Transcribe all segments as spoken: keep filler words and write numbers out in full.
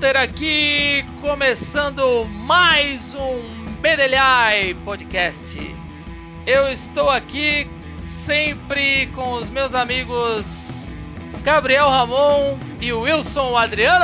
Walter aqui, começando mais um B D L I Podcast. Eu estou aqui sempre com os meus amigos Gabriel Ramon e Wilson Adriano.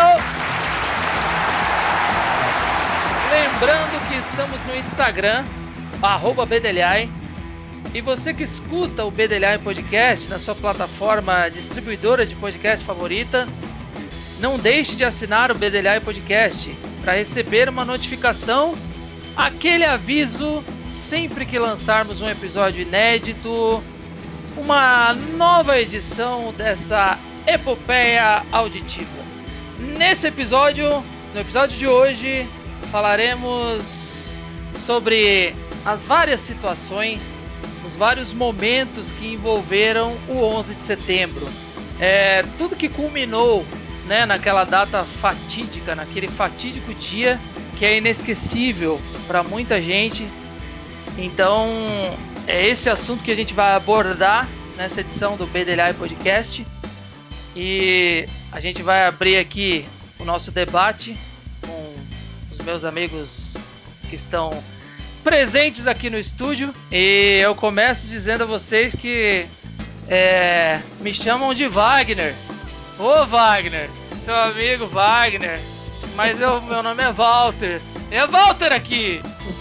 Lembrando que estamos no Instagram, arroba B D L I. E você que escuta o B D L I Podcast na sua plataforma distribuidora de podcast favorita, não deixe de assinar o B D L I Podcast para receber uma notificação, aquele aviso sempre que lançarmos um episódio inédito, uma nova edição dessa epopeia auditiva. Nesse episódio, no episódio de hoje, falaremos sobre as várias situações, os vários momentos que envolveram o onze de setembro. É, tudo que culminou, né, naquela data fatídica, naquele fatídico dia que é inesquecível para muita gente. Então, é esse assunto que a gente vai abordar nessa edição do B D L I Podcast. E a gente vai abrir aqui o nosso debate com os meus amigos que estão presentes aqui no estúdio. E eu começo dizendo a vocês que é, me chamam de Wagner. Ô Wagner, seu amigo Wagner, mas eu, meu nome é Walter. É Walter aqui!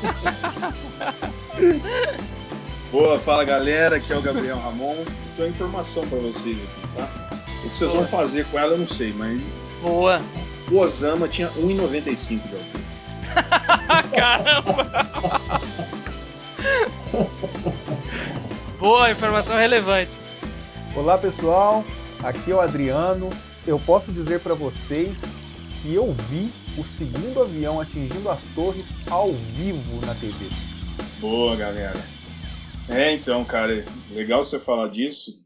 Boa, fala galera, aqui é o Gabriel Ramon. Eu tenho informação pra vocês aqui, tá? O que vocês Boa. vão fazer com ela eu não sei, mas... Boa! O Osama tinha um e noventa e cinco de altura. Caramba! Boa, informação relevante. Olá pessoal, aqui é o Adriano. Eu posso dizer para vocês que eu vi o segundo avião atingindo as torres ao vivo na T V. Boa, galera. É, então, cara, legal você falar disso,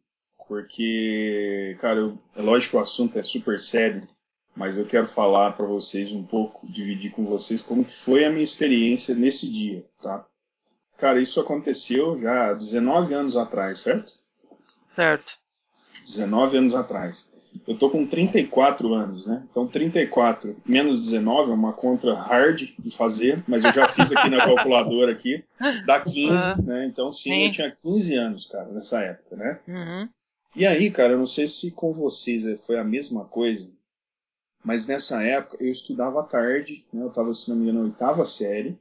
porque, cara, eu, é lógico que o assunto é super sério, mas eu quero falar para vocês um pouco, dividir com vocês como que foi a minha experiência nesse dia, tá? Cara, isso aconteceu já há dezenove anos atrás, certo? Certo. dezenove anos atrás. Eu tô com trinta e quatro anos, né? Então trinta e quatro menos dezenove é uma conta hard de fazer, mas eu já fiz aqui na calculadora aqui, dá quinze, uhum. né? Então sim, sim, eu tinha quinze anos, cara, nessa época, né? Uhum. E aí, cara, eu não sei se com vocês foi a mesma coisa, mas nessa época eu estudava à tarde, né? Eu tava, se não me engano, na oitava série,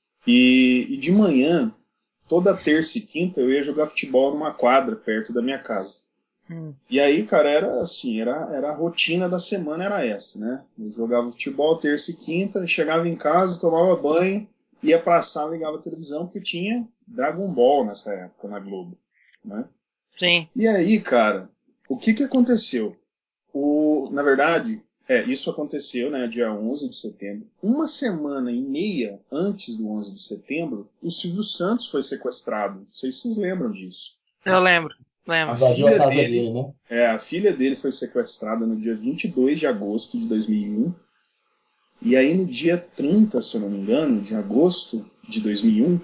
e, e de manhã, toda terça e quinta, eu ia jogar futebol numa quadra perto da minha casa. Hum. E aí, cara, era assim, era, era a rotina da semana, era essa, né? Eu jogava futebol terça e quinta, chegava em casa, tomava banho, ia pra sala, ligava a televisão, porque tinha Dragon Ball nessa época na Globo, né? Sim. E aí, cara, o que que aconteceu? O, na verdade, é, isso aconteceu, né, dia onze de setembro. Uma semana e meia antes do onze de setembro, o Silvio Santos foi sequestrado. Não sei se vocês lembram disso. Eu lembro. Lembro. A filha, a dele, dele né? é, a filha dele foi sequestrada no dia vinte e dois de agosto de dois mil e um. E aí no dia trinta, se eu não me engano, de agosto de dois mil e um,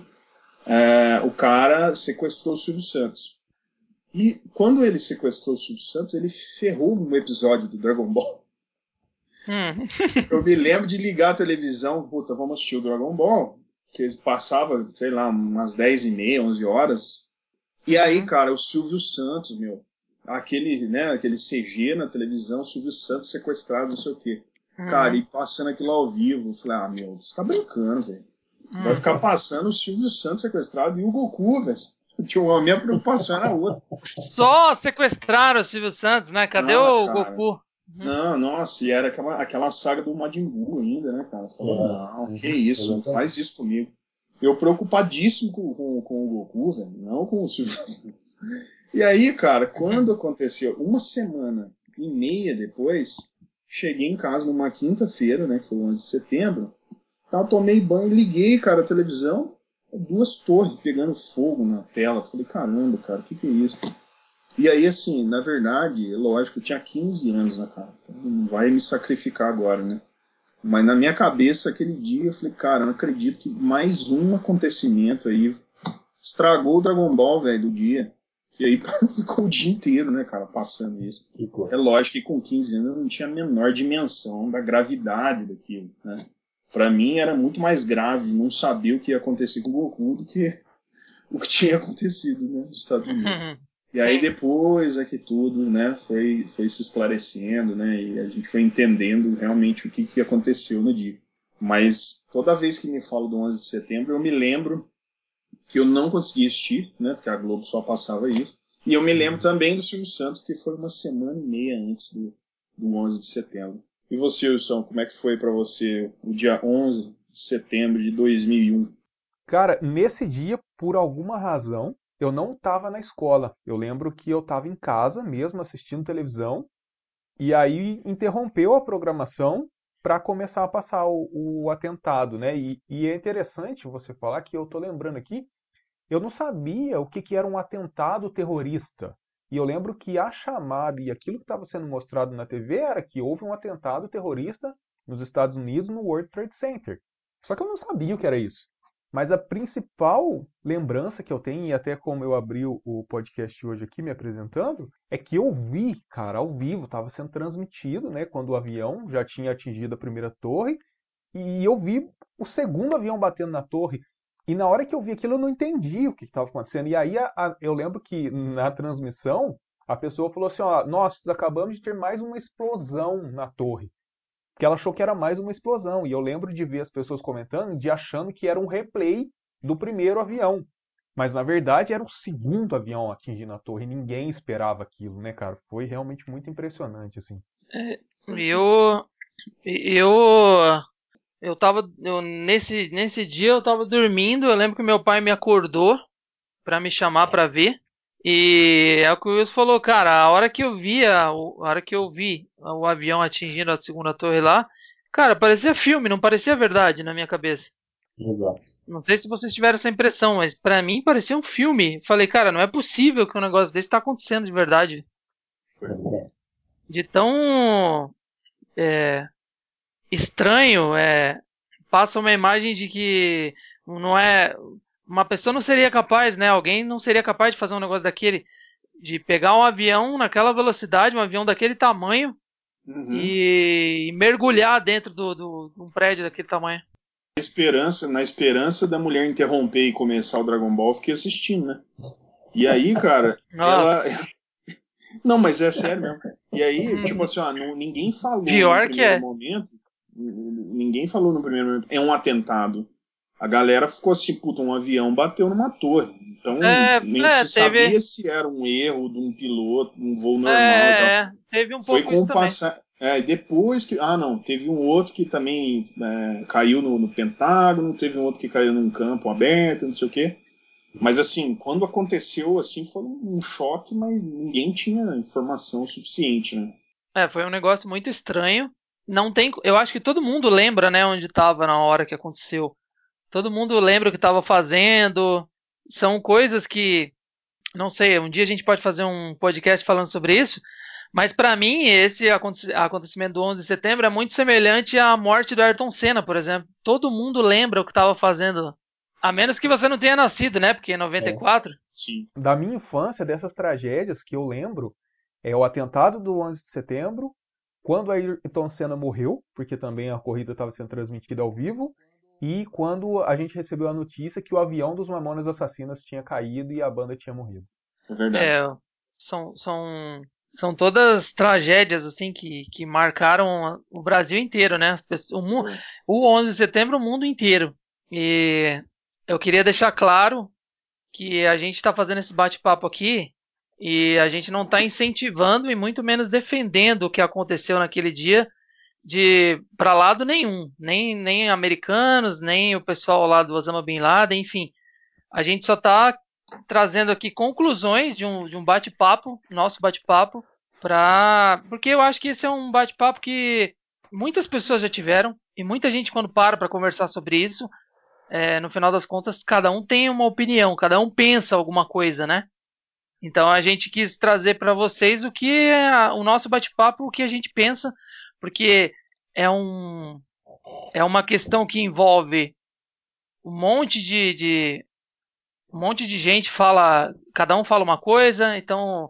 é, o cara sequestrou o Silvio Santos. E quando ele sequestrou o Silvio Santos, ele ferrou um episódio do Dragon Ball. Hum. Eu me lembro de ligar a televisão, puta, vamos assistir o Dragon Ball, que passava, sei lá, umas dez e meia, onze horas. E aí, cara, o Silvio Santos, meu, aquele, né, aquele C G na televisão, o Silvio Santos sequestrado, não sei o quê. Uhum. Cara, e passando aquilo ao vivo, eu falei, ah, meu, você tá brincando, velho. Uhum. Vai ficar passando o Silvio Santos sequestrado e o Goku, velho. A minha preocupação era outra. Só sequestraram o Silvio Santos, né? Cadê ah, o cara. Goku? Uhum. Não, nossa, e era aquela, aquela saga do Majin Buu ainda, né, cara? Falou, é, não, uhum. que isso, não faz isso comigo. Eu preocupadíssimo com, com, com o Goku, velho, não com o Silvio Santos. E aí, cara, quando aconteceu, uma semana e meia depois, cheguei em casa numa quinta-feira, né, que foi o onze de setembro, então, tomei banho e liguei, cara, a televisão, duas torres pegando fogo na tela. Falei, caramba, cara, o que que é isso? E aí, assim, na verdade, lógico, eu tinha quinze anos, né, cara? Então, não vai me sacrificar agora, né? Mas na minha cabeça, aquele dia, eu falei, cara, eu não acredito que mais um acontecimento aí estragou o Dragon Ball, velho, do dia. E aí ficou o dia inteiro, né, cara, passando isso. Ficou. É lógico que com quinze anos eu não tinha a menor dimensão da gravidade daquilo, né? Pra mim era muito mais grave não saber o que ia acontecer com o Goku do que o que tinha acontecido, né, nos Estados Unidos. E aí depois é que tudo, né, foi, foi se esclarecendo, né, e a gente foi entendendo realmente o que, que aconteceu no dia. Mas toda vez que me falo do onze de setembro, eu me lembro que eu não consegui assistir, né, porque a Globo só passava isso. E eu me lembro também do Silvio Santos, porque foi uma semana e meia antes do, do onze de setembro. E você, Wilson, como é que foi para você o dia onze de setembro de dois mil e um? Cara, nesse dia, por alguma razão, eu não estava na escola. Eu lembro que eu estava em casa mesmo assistindo televisão e aí interrompeu a programação para começar a passar o, o atentado, né? E, e é interessante você falar que eu tô lembrando aqui, eu não sabia o que, que era um atentado terrorista. E eu lembro que a chamada e aquilo que estava sendo mostrado na T V era que houve um atentado terrorista nos Estados Unidos no World Trade Center. Só que eu não sabia o que era isso. Mas a principal lembrança que eu tenho, e até como eu abri o podcast hoje aqui me apresentando, é que eu vi, cara, ao vivo, estava sendo transmitido, né, quando o avião já tinha atingido a primeira torre, e eu vi o segundo avião batendo na torre. E na hora que eu vi aquilo, eu não entendi o que estava acontecendo. E aí a, a, eu lembro que na transmissão, a pessoa falou assim, ó, nós acabamos de ter mais uma explosão na torre. Porque ela achou que era mais uma explosão. E eu lembro de ver as pessoas comentando, de achando que era um replay do primeiro avião. Mas na verdade era o segundo avião atingindo a torre. Ninguém esperava aquilo, né, cara? Foi realmente muito impressionante, assim. É, eu, eu, eu tava, eu, nesse, nesse dia eu tava dormindo. Eu lembro que meu pai me acordou pra me chamar pra ver. E é o que o Wilson falou, cara. A hora que eu vi, a, a hora que eu vi o avião atingindo a segunda torre lá, cara, parecia filme, não parecia verdade na minha cabeça. Exato. Não sei se vocês tiveram essa impressão, mas pra mim parecia um filme. Falei, cara, não é possível que um negócio desse tá acontecendo de verdade. É. De tão é, estranho, é, passa uma imagem de que não é, uma pessoa não seria capaz, né? Alguém não seria capaz de fazer um negócio daquele, de pegar um avião naquela velocidade, um avião daquele tamanho Uhum. e, e mergulhar dentro do, do, de um prédio daquele tamanho. Na esperança, na esperança da mulher interromper e começar o Dragon Ball, eu fiquei assistindo, né? E aí, cara, ela... Não, mas é sério mesmo. E aí, tipo assim, ó, não, ninguém falou Pior no que primeiro é. momento. Ninguém falou no primeiro momento. É um atentado. A galera ficou assim, puta, um avião bateu numa torre. Então, É, nem é, se teve, sabia se era um erro de um piloto, um voo normal e tal. é, é, teve um Foi pouco com isso o também. passar. É, depois que. Ah, não. Teve um outro que também é, caiu no, no Pentágono, teve um outro que caiu num campo aberto, não sei o quê. Mas assim, quando aconteceu, assim, foi um choque, mas ninguém tinha informação suficiente, né? É, foi um negócio muito estranho. Não tem, eu acho que todo mundo lembra, né, onde estava na hora que aconteceu. Todo mundo lembra o que estava fazendo. São coisas que, não sei, um dia a gente pode fazer um podcast falando sobre isso. Mas para mim, esse acontecimento do onze de setembro é muito semelhante à morte do Ayrton Senna, por exemplo. Todo mundo lembra o que estava fazendo. A menos que você não tenha nascido, né? Porque é noventa e quatro. Sim. Da minha infância, dessas tragédias que eu lembro, é o atentado do onze de setembro, quando a Ayrton Senna morreu, porque também a corrida estava sendo transmitida ao vivo, e quando a gente recebeu a notícia que o avião dos Mamonas Assassinas tinha caído e a banda tinha morrido. É verdade. É, são, são, são todas tragédias assim que, que marcaram o Brasil inteiro, né? As pessoas, o, mu- o onze de setembro, o mundo inteiro. E eu queria deixar claro que a gente está fazendo esse bate-papo aqui e a gente não está incentivando e muito menos defendendo o que aconteceu naquele dia de para lado nenhum, nem, nem americanos, nem o pessoal lá do Osama Bin Laden, enfim. A gente só está trazendo aqui conclusões de um, de um bate-papo, nosso bate-papo, pra, porque eu acho que esse é um bate-papo que muitas pessoas já tiveram e muita gente quando para para conversar sobre isso, é, no final das contas, cada um tem uma opinião, cada um pensa alguma coisa, né? Então a gente quis trazer para vocês o que é o nosso bate-papo, o que a gente pensa, porque é um é uma questão que envolve um monte de, de um monte de gente fala, cada um fala uma coisa, então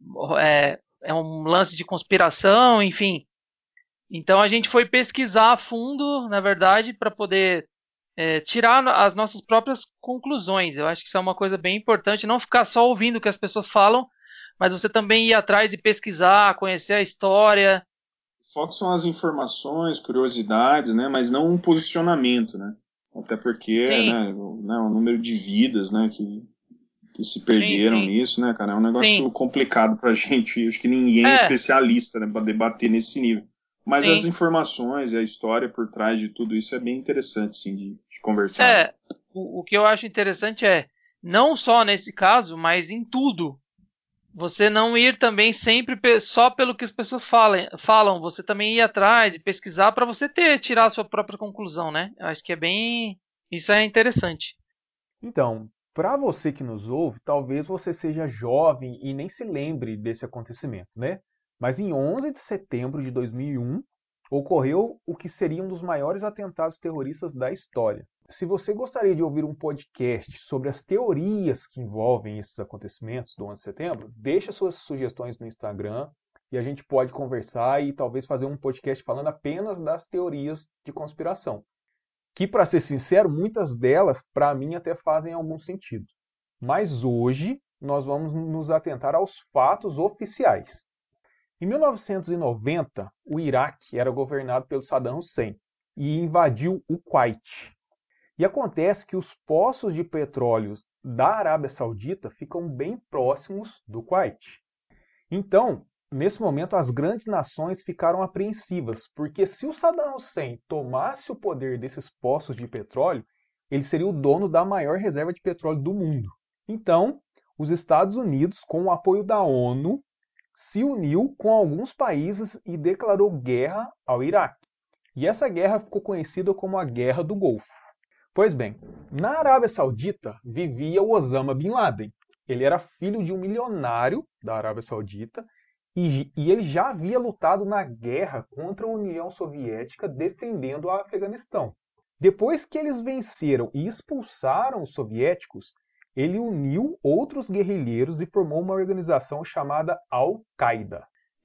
é, é um lance de conspiração, enfim. Então a gente foi pesquisar a fundo, na verdade, para poder é, tirar as nossas próprias conclusões. Eu acho que isso é uma coisa bem importante, não ficar só ouvindo o que as pessoas falam, mas você também ir atrás e pesquisar, conhecer a história. O foco são as informações, curiosidades, né? Mas não um posicionamento, né? Até porque, Sim, né, o, né, o número de vidas, né, que, que se sim, perderam sim, nisso, né, cara, é um sim. negócio complicado pra gente. Acho que ninguém é É, especialista, né, pra debater nesse nível. Mas as sim. informações e a história por trás de tudo isso é bem interessante, sim, de, de conversar, né? É, o, o que eu acho interessante é, não só nesse caso, mas em tudo. Você não ir também sempre pe- só pelo que as pessoas falam, falam, você também ir atrás e pesquisar para você ter, tirar a sua própria conclusão, né? Eu acho que é bem. Isso é interessante. Então, para você que nos ouve, talvez você seja jovem e nem se lembre desse acontecimento, né? Mas em onze de setembro de dois mil e um ocorreu o que seria um dos maiores atentados terroristas da história. Se você gostaria de ouvir um podcast sobre as teorias que envolvem esses acontecimentos do onze de setembro, deixe suas sugestões no Instagram e a gente pode conversar e talvez fazer um podcast falando apenas das teorias de conspiração. Que, para ser sincero, muitas delas, para mim, até fazem algum sentido. Mas hoje nós vamos nos atentar aos fatos oficiais. Em mil novecentos e noventa, o Iraque era governado pelo Saddam Hussein e invadiu o Kuwait. E acontece que os poços de petróleo da Arábia Saudita ficam bem próximos do Kuwait. Então, nesse momento, as grandes nações ficaram apreensivas, porque se o Saddam Hussein tomasse o poder desses poços de petróleo, ele seria o dono da maior reserva de petróleo do mundo. Então, os Estados Unidos, com o apoio da ONU, se uniu com alguns países e declarou guerra ao Iraque. E essa guerra ficou conhecida como a Guerra do Golfo. Pois bem, na Arábia Saudita vivia o Osama Bin Laden. Ele era filho de um milionário da Arábia Saudita e, e ele já havia lutado na guerra contra a União Soviética defendendo o Afeganistão. Depois que eles venceram e expulsaram os soviéticos, ele uniu outros guerrilheiros e formou uma organização chamada Al-Qaeda.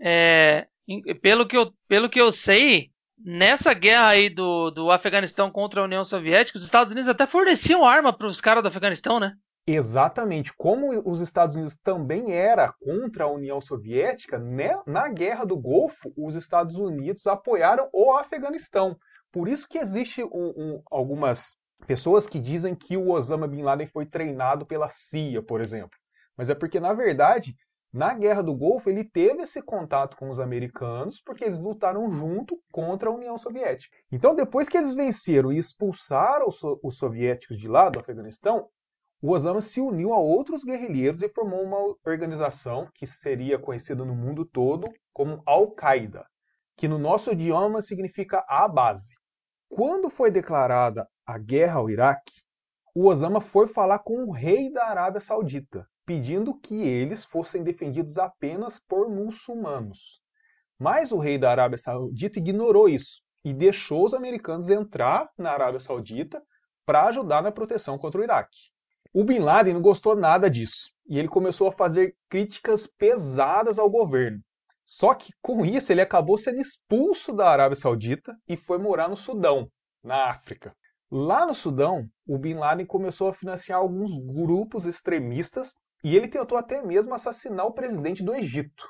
É, em- pelo que eu, pelo que eu sei, nessa guerra aí do, do Afeganistão contra a União Soviética, os Estados Unidos até forneciam arma para os caras do Afeganistão, né? Exatamente, como os Estados Unidos também era contra a União Soviética, né, na Guerra do Golfo, os Estados Unidos apoiaram o Afeganistão. Por isso que existe um, um, algumas pessoas que dizem que o Osama Bin Laden foi treinado pela C I A, por exemplo. Mas é porque, na verdade, na Guerra do Golfo, ele teve esse contato com os americanos, porque eles lutaram junto contra a União Soviética. Então, depois que eles venceram e expulsaram os, so os soviéticos de lá do Afeganistão, o Osama se uniu a outros guerrilheiros e formou uma organização que seria conhecida no mundo todo como Al-Qaeda, que no nosso idioma significa a base. Quando foi declarada a guerra ao Iraque, o Osama foi falar com o rei da Arábia Saudita, pedindo que eles fossem defendidos apenas por muçulmanos. Mas o rei da Arábia Saudita ignorou isso e deixou os americanos entrar na Arábia Saudita para ajudar na proteção contra o Iraque. O Bin Laden não gostou nada disso e ele começou a fazer críticas pesadas ao governo. Só que com isso ele acabou sendo expulso da Arábia Saudita e foi morar no Sudão, na África. Lá no Sudão, o Bin Laden começou a financiar alguns grupos extremistas e ele tentou até mesmo assassinar o presidente do Egito.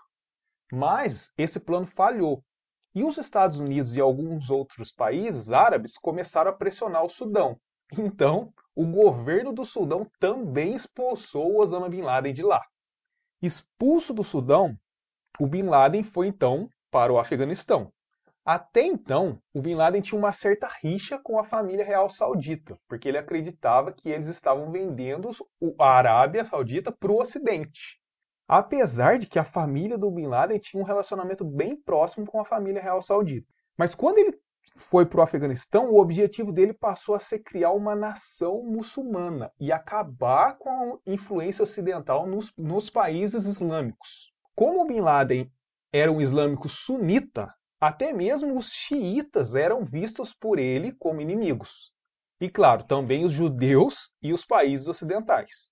Mas esse plano falhou. E os Estados Unidos e alguns outros países árabes começaram a pressionar o Sudão. Então, o governo do Sudão também expulsou o Osama Bin Laden de lá. Expulso do Sudão, o Bin Laden foi então para o Afeganistão. Até então, o Bin Laden tinha uma certa rixa com a família real saudita, porque ele acreditava que eles estavam vendendo a Arábia Saudita para o Ocidente. Apesar de que a família do Bin Laden tinha um relacionamento bem próximo com a família real saudita. Mas quando ele foi para o Afeganistão, o objetivo dele passou a ser criar uma nação muçulmana e acabar com a influência ocidental nos, nos países islâmicos. Como o Bin Laden era um islâmico sunita, até mesmo os xiitas eram vistos por ele como inimigos. E claro, também os judeus e os países ocidentais.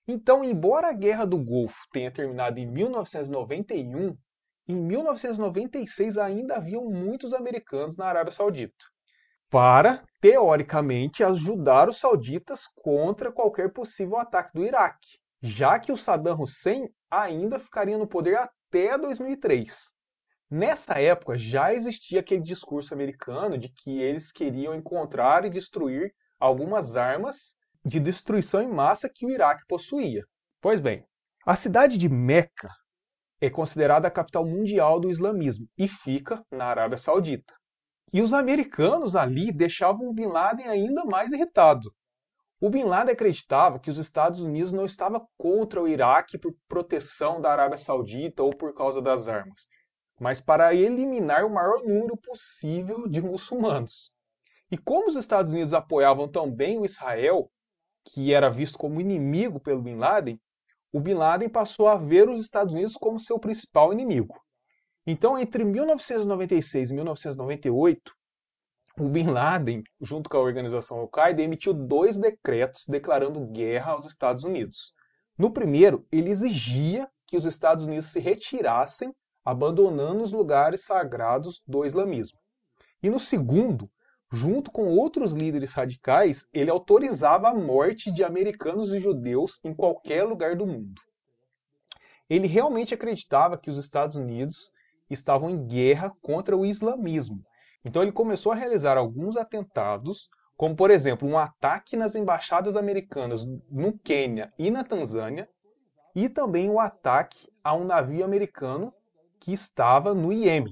Então, embora a Guerra do Golfo tenha terminado em mil novecentos e noventa e um, em mil novecentos e noventa e seis ainda haviam muitos americanos na Arábia Saudita, para, teoricamente, ajudar os sauditas contra qualquer possível ataque do Iraque, já que o Saddam Hussein ainda ficaria no poder até dois mil e três. Nessa época já existia aquele discurso americano de que eles queriam encontrar e destruir algumas armas de destruição em massa que o Iraque possuía. Pois bem, a cidade de Meca é considerada a capital mundial do islamismo e fica na Arábia Saudita. E os americanos ali deixavam o Bin Laden ainda mais irritado. O Bin Laden acreditava que os Estados Unidos não estavam contra o Iraque por proteção da Arábia Saudita ou por causa das armas, mas para eliminar o maior número possível de muçulmanos. E como os Estados Unidos apoiavam também o Israel, que era visto como inimigo pelo Bin Laden, o Bin Laden passou a ver os Estados Unidos como seu principal inimigo. Então, entre mil novecentos e noventa e seis e mil novecentos e noventa e oito, o Bin Laden, junto com a organização Al-Qaeda, emitiu dois decretos declarando guerra aos Estados Unidos. No primeiro, ele exigia que os Estados Unidos se retirassem, abandonando os lugares sagrados do islamismo. E no segundo, junto com outros líderes radicais, ele autorizava a morte de americanos e judeus em qualquer lugar do mundo. Ele realmente acreditava que os Estados Unidos estavam em guerra contra o islamismo. Então ele começou a realizar alguns atentados, como por exemplo um ataque nas embaixadas americanas no Quênia e na Tanzânia, e também o ataque a um navio americano que estava no Iêmen.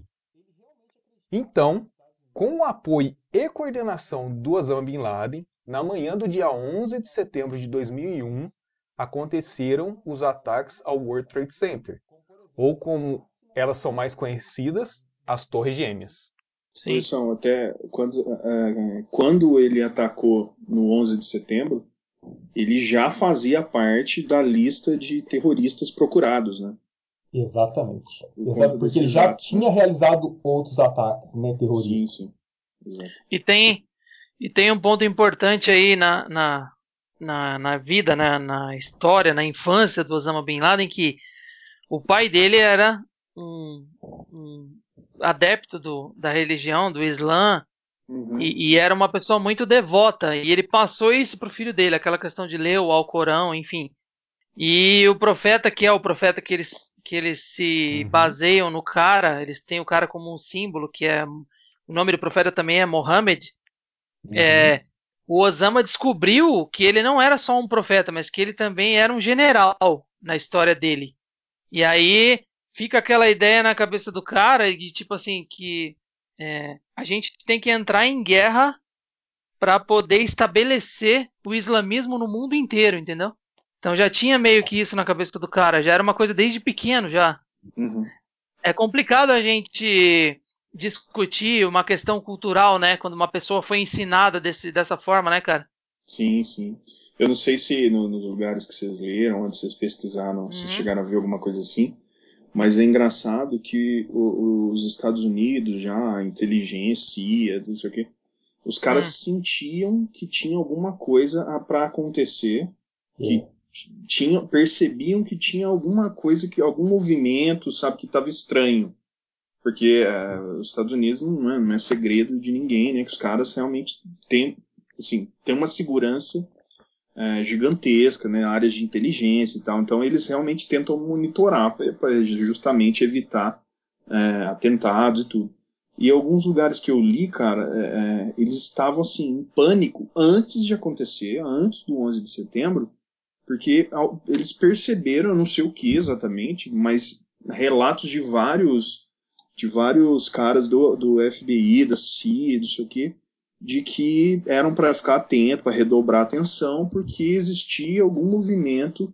Então, com o apoio e coordenação do Osama Bin Laden, na manhã do dia onze de setembro de dois mil e um, aconteceram os ataques ao World Trade Center, ou como elas são mais conhecidas, as Torres Gêmeas. Sim. São, até quando, uh, quando ele atacou no onze de setembro, ele já fazia parte da lista de terroristas procurados, né? Exatamente. Exato, porque ele já atos, tinha né? realizado outros ataques, né, terroristas. Sim, sim. Exato. E tem, e tem um ponto importante aí na, na, na, na vida, na, na história, na infância do Osama Bin Laden, que o pai dele era um, um adepto do, da religião, do Islã, uhum. e, e era uma pessoa muito devota, e ele passou isso para o filho dele, aquela questão de ler o Alcorão, enfim. E o profeta, que é o profeta que eles, que eles se uhum. baseiam no cara, eles têm o cara como um símbolo, que é, o nome do profeta também é Mohammed. Uhum. É, o Osama descobriu que ele não era só um profeta, mas que ele também era um general na história dele. E aí fica aquela ideia na cabeça do cara de tipo assim, que é, a gente tem que entrar em guerra para poder estabelecer o islamismo no mundo inteiro, entendeu? Então já tinha meio que isso na cabeça do cara, já era uma coisa desde pequeno já. Uhum. É complicado a gente discutir uma questão cultural, né? Quando uma pessoa foi ensinada desse, dessa forma, né, cara? Sim, sim. Eu não sei se no, nos lugares que vocês leram, onde vocês pesquisaram, uhum. vocês chegaram a ver alguma coisa assim, mas é engraçado que o, os Estados Unidos já, a inteligência, C I A, não sei o quê, os caras uhum. sentiam que tinha alguma coisa para acontecer, que uhum. Tinha, percebiam que tinha alguma coisa, que algum movimento, sabe, que estava estranho. Porque é, os Estados Unidos não é, não é segredo de ninguém, né? Que os caras realmente têm, assim, têm uma segurança é, gigantesca, né? Áreas de inteligência e tal. Então eles realmente tentam monitorar para justamente evitar é, atentados e tudo. E alguns lugares que eu li, cara, é, é, eles estavam assim, em pânico antes de acontecer, antes do onze de setembro, porque eles perceberam, eu não sei o que exatamente, mas relatos de vários, de vários caras do, do F B I, da C I A, não sei o que, de que eram para ficar atento, para redobrar a atenção, porque existia algum movimento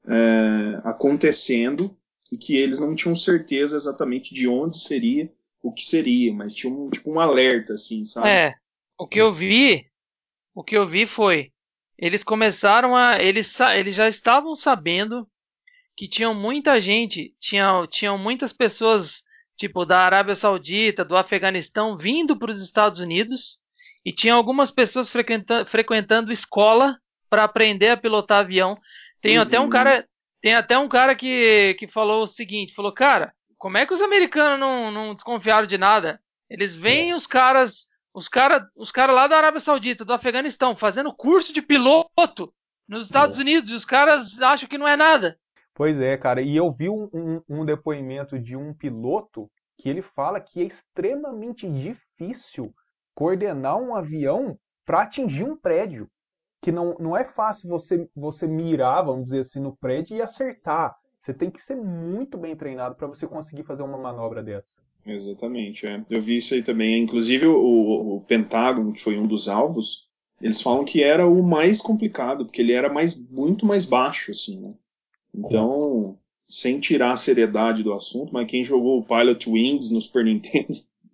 é, acontecendo e que eles não tinham certeza exatamente de onde seria, o que seria, mas tinha um, tipo um alerta, assim, sabe? É, o que eu vi, o que eu vi foi eles começaram a. Eles, eles já estavam sabendo que tinham muita gente, tinham, tinham muitas pessoas, tipo, da Arábia Saudita, do Afeganistão, vindo para os Estados Unidos, e tinha algumas pessoas frequentando, frequentando escola para aprender a pilotar avião. Tem Uhum. até um cara, tem até um cara que, que falou o seguinte, falou, cara, como é que os americanos não, não desconfiaram de nada? Eles veem os caras, os cara, os cara lá da Arábia Saudita, do Afeganistão, fazendo curso de piloto nos Estados É. Unidos, e os caras acham que não é nada. Pois é, cara. E eu vi um, um, um depoimento de um piloto que ele fala que é extremamente difícil coordenar um avião para atingir um prédio. Que não, não é fácil você, você mirar, vamos dizer assim, no prédio e acertar. Você tem que ser muito bem treinado para você conseguir fazer uma manobra dessa. Exatamente, é. Eu vi isso aí também. Inclusive o, o Pentágono, que foi um dos alvos, eles falam que era o mais complicado, porque ele era mais, muito mais baixo, assim, né? Então, sem tirar a seriedade do assunto, mas quem jogou o Pilot Wings no Super Nintendo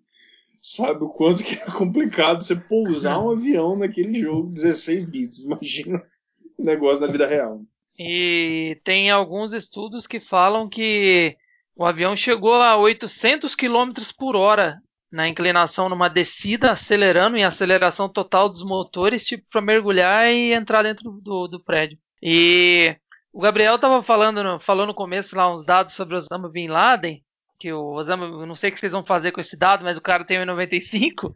sabe o quanto que é complicado você pousar um avião naquele jogo dezesseis bits. Imagina o negócio na vida real. E tem alguns estudos que falam que o avião chegou a oitocentos quilômetros por hora na inclinação numa descida, acelerando em aceleração total dos motores, tipo para mergulhar e entrar dentro do, do prédio. E o Gabriel estava falando, no, falou no começo lá uns dados sobre Osama Bin Laden, que o Osama, eu não sei o que vocês vão fazer com esse dado, mas o cara tem um e noventa e cinco.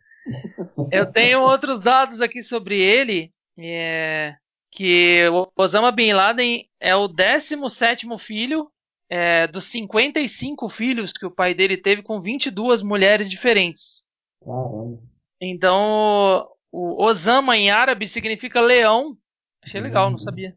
Eu tenho outros dados aqui sobre ele, é, que o Osama Bin Laden é o décimo sétimo filho é, dos cinquenta e cinco filhos que o pai dele teve com vinte e duas mulheres diferentes. Caramba. Então, o Osama em árabe significa leão. Achei legal, não sabia.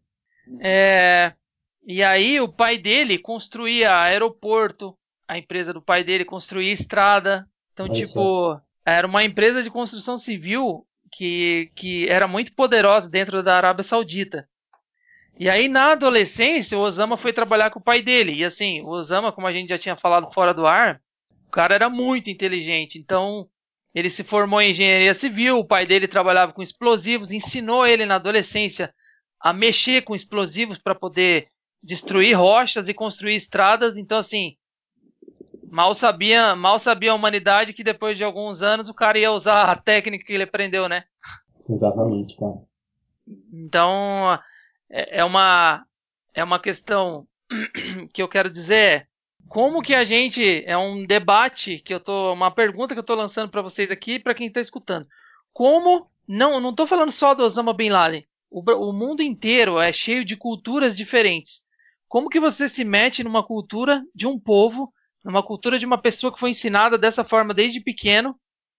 É, e aí o pai dele construía aeroporto, a empresa do pai dele construía estrada. Então, Olha só. tipo, era uma empresa de construção civil que, que era muito poderosa dentro da Arábia Saudita. E aí, na adolescência, o Osama foi trabalhar com o pai dele. E assim, o Osama, como a gente já tinha falado fora do ar, o cara era muito inteligente. Então, ele se formou em engenharia civil, o pai dele trabalhava com explosivos, ensinou ele na adolescência a mexer com explosivos para poder destruir rochas e construir estradas. Então, assim, mal sabia, mal sabia a humanidade que depois de alguns anos o cara ia usar a técnica que ele aprendeu, né? Exatamente, cara. Então, é é uma, é uma questão que eu quero dizer, como que a gente, é um debate que eu tô, uma pergunta que eu tô lançando para vocês aqui, para quem está escutando. Como, não, não tô falando só do Osama Bin Laden, o, o mundo inteiro é cheio de culturas diferentes. Como que você se mete numa cultura de um povo, numa cultura de uma pessoa que foi ensinada dessa forma desde pequeno?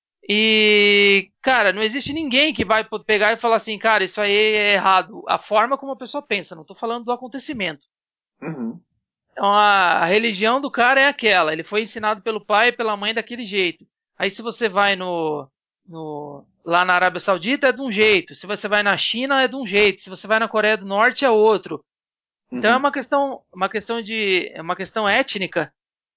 E, cara, não existe ninguém que vai pegar e falar assim, cara, isso aí é errado. A forma como a pessoa pensa, não tô falando do acontecimento. Uhum. Então a, a religião do cara é aquela. Ele foi ensinado pelo pai e pela mãe daquele jeito. Aí se você vai no, no lá na Arábia Saudita é de um jeito. Se você vai na China é de um jeito. Se você vai na Coreia do Norte é outro. Então é Uhum. uma questão, uma questão de, é uma questão étnica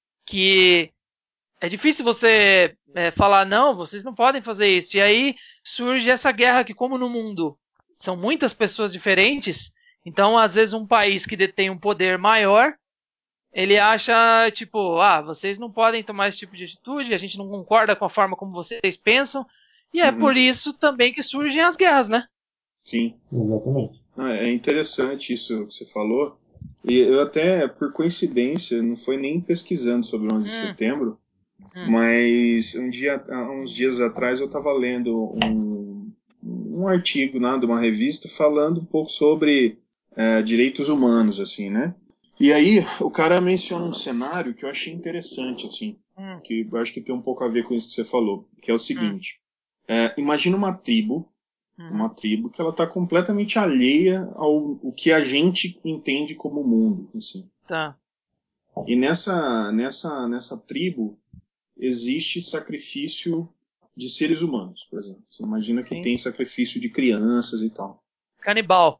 que é difícil você é, falar não, vocês não podem fazer isso. E aí surge essa guerra que, como no mundo são muitas pessoas diferentes, então às vezes um país que detém um poder maior ele acha, tipo, ah, vocês não podem tomar esse tipo de atitude, a gente não concorda com a forma como vocês pensam, e é Uhum. por isso também que surgem as guerras, né? Sim. Exatamente. Ah, é interessante isso que você falou. E eu até, por coincidência, não foi nem pesquisando sobre o onze de Hum, setembro, hum, mas um dia, há uns dias atrás eu estava lendo um, um artigo, né, de uma revista falando um pouco sobre é, direitos humanos, assim, né? E aí o cara menciona um cenário que eu achei interessante, assim, hum, que eu acho que tem um pouco a ver com isso que você falou, que é o hum, seguinte: é, imagina uma tribo, uma uhum, tribo que ela está completamente alheia ao o que a gente entende como mundo, assim. tá, E nessa nessa nessa tribo existe sacrifício de seres humanos, por exemplo. Você imagina que sim. tem sacrifício de crianças e tal. Canibal.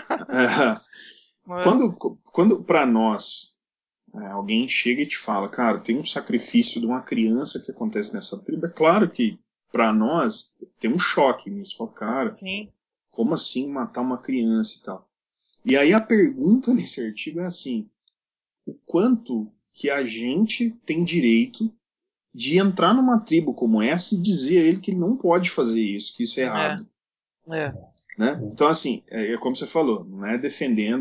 É, quando quando para nós é, alguém chega e te fala, cara, tem um sacrifício de uma criança que acontece nessa tribo, é claro que para nós tem um choque nisso. Fala, cara, Sim. como assim matar uma criança e tal? E aí a pergunta nesse artigo é assim, o quanto que a gente tem direito de entrar numa tribo como essa e dizer a ele que ele não pode fazer isso, que isso é errado. É, é. Né? Então, assim, é, é como você falou, não é defendendo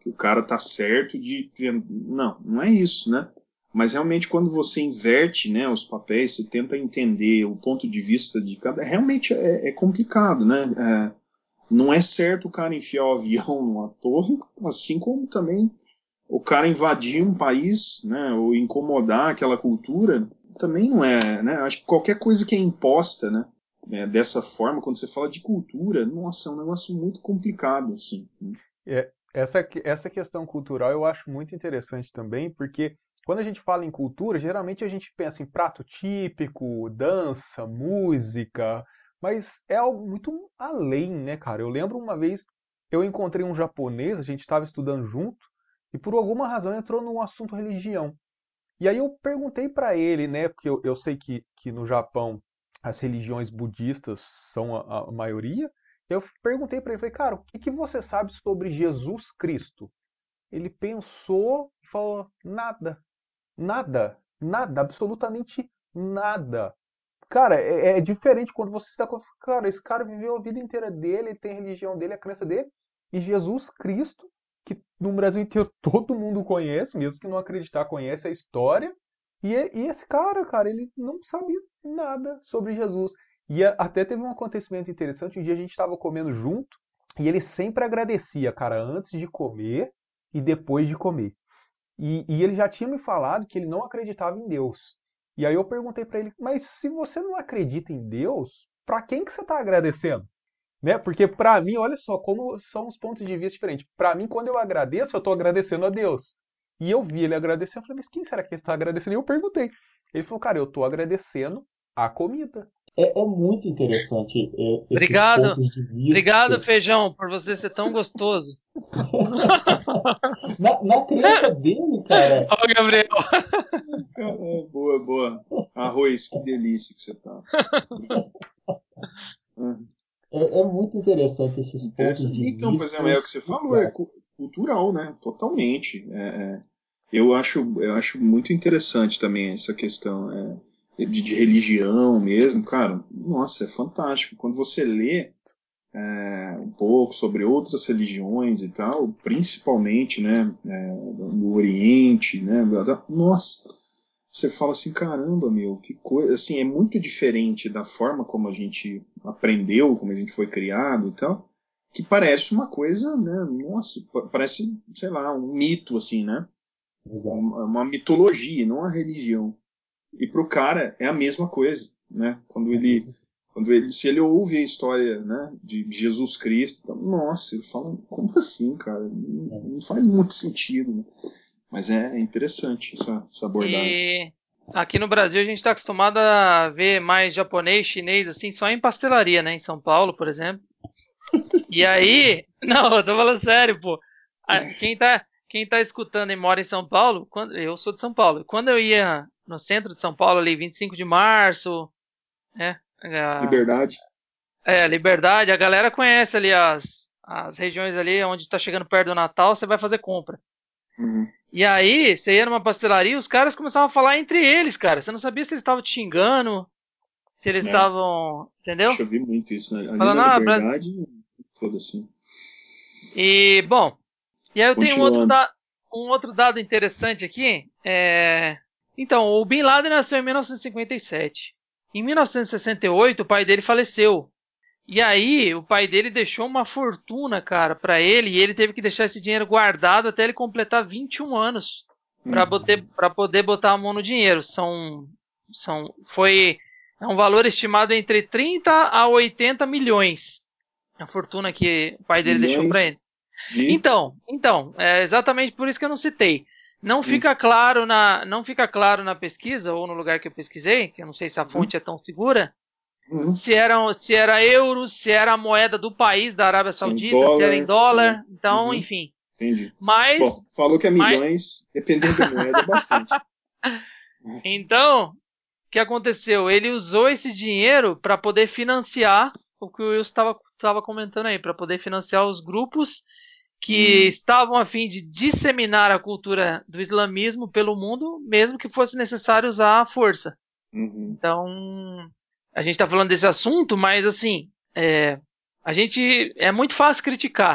que o cara tá certo de... Não, não é isso, né? Mas realmente quando você inverte, né, os papéis, você tenta entender o ponto de vista de cada... Realmente é, é complicado, né? É, não é certo o cara enfiar o avião numa torre, assim como também o cara invadir um país, né, ou incomodar aquela cultura, também não é, né? Acho que qualquer coisa que é imposta, né, né, dessa forma, quando você fala de cultura, nossa, é um negócio muito complicado, assim. Né? É, essa, essa questão cultural eu acho muito interessante também, porque quando a gente fala em cultura, geralmente a gente pensa em prato típico, dança, música, mas é algo muito além, né, cara? Eu lembro uma vez, eu encontrei um japonês, a gente estava estudando junto, e por alguma razão entrou no assunto religião. E aí eu perguntei para ele, né, porque eu, eu sei que, que no Japão as religiões budistas são a, a maioria. Eu perguntei para ele, falei, cara, o que, que você sabe sobre Jesus Cristo? Ele pensou e falou, nada, nada, nada, absolutamente nada. Cara, é, é diferente quando você está com. Cara, esse cara viveu a vida inteira dele, ele tem a religião dele, a crença dele, e Jesus Cristo, que no Brasil inteiro todo mundo conhece, mesmo que não acreditar, conhece a história. E, e esse cara, cara, ele não sabia nada sobre Jesus. E a, até teve um acontecimento interessante. Um dia a gente estava comendo junto e ele sempre agradecia, cara, antes de comer e depois de comer. E, e ele já tinha me falado que ele não acreditava em Deus. E aí eu perguntei para ele, mas se você não acredita em Deus, para quem que você está agradecendo? Né? Porque para mim, olha só como são os pontos de vista diferentes. Para mim, quando eu agradeço, eu estou agradecendo a Deus. E eu vi ele agradecendo, eu falei, mas quem será que ele está agradecendo? E eu perguntei. Ele falou, cara, eu estou agradecendo a comida. É, é muito interessante é, esses Obrigado. pontos de vista. Obrigado, Feijão, por você ser tão gostoso. na, na crença dele, cara. Ó, Gabriel. É, boa, boa. Arroz, que delícia que você tá. É, é muito interessante esses pontos de Então, por vista. exemplo, é o que você falou, é cu- cultural, né? Totalmente. É, é, eu, acho, eu acho muito interessante também essa questão é, de, de religião mesmo. Cara, nossa, é fantástico. Quando você lê é, um pouco sobre outras religiões e tal, principalmente, né, é, no Oriente, né? Nossa, você fala assim, caramba, meu, que coisa, assim, é muito diferente da forma como a gente aprendeu, como a gente foi criado e tal, que parece uma coisa, né, nossa, parece, sei lá, um mito, assim, né, uma, uma mitologia, não uma religião. E pro cara é a mesma coisa, né, quando ele, quando ele, se ele ouve a história, né, de Jesus Cristo, então, nossa, ele fala, como assim, cara, não, não faz muito sentido, né? Mas é interessante essa, essa abordagem. E aqui no Brasil a gente está acostumado a ver mais japonês, chinês, assim, só em pastelaria, né? Em São Paulo, por exemplo. E aí, não, eu tô falando sério, pô. Quem tá, quem tá escutando e mora em São Paulo, quando, eu sou de São Paulo. Quando eu ia no centro de São Paulo, ali, vinte e cinco de março, né? A, Liberdade. é, Liberdade, a galera conhece ali as, as regiões ali onde tá chegando perto do Natal, você vai fazer compra. Uhum. E aí, você ia numa pastelaria, os caras começavam a falar entre eles, cara. Você não sabia se eles estavam te xingando, se eles É. estavam. Entendeu? Deixa eu ver muito isso, né? Ali Falando, na ah, Bra- Liberdade, tudo assim. E, bom, e aí eu tenho um outro, Continuando. da... um outro dado interessante aqui. É... Então, o Bin Laden nasceu em mil novecentos e cinquenta e sete. Em mil novecentos e sessenta e oito, o pai dele faleceu. E aí, o pai dele deixou uma fortuna, cara, pra ele, e ele teve que deixar esse dinheiro guardado até ele completar vinte e um anos para Uhum. poder botar a mão no dinheiro. São, são, foi é um valor estimado entre trinta a oitenta milhões a fortuna que o pai dele deixou para ele. Milhões de. Então, então, é exatamente por isso que eu não citei. Não Uhum. fica claro na, não fica claro na pesquisa ou no lugar que eu pesquisei, que eu não sei se a fonte é tão segura, Uhum. se era, se era euro, se era a moeda do país da Arábia Se é em Saudita, se era em dólar, se é... dólar, então, Uhum. enfim. Entendi. Mas, Bom, falou que é mas milhões, dependendo da moeda, é bastante. então, o que aconteceu? Ele usou esse dinheiro para poder financiar o que o Will estava comentando aí, para poder financiar os grupos que Uhum. estavam a fim de disseminar a cultura do islamismo pelo mundo, mesmo que fosse necessário usar a força. Uhum. Então, a gente está falando desse assunto, mas assim, é, a gente é muito fácil criticar.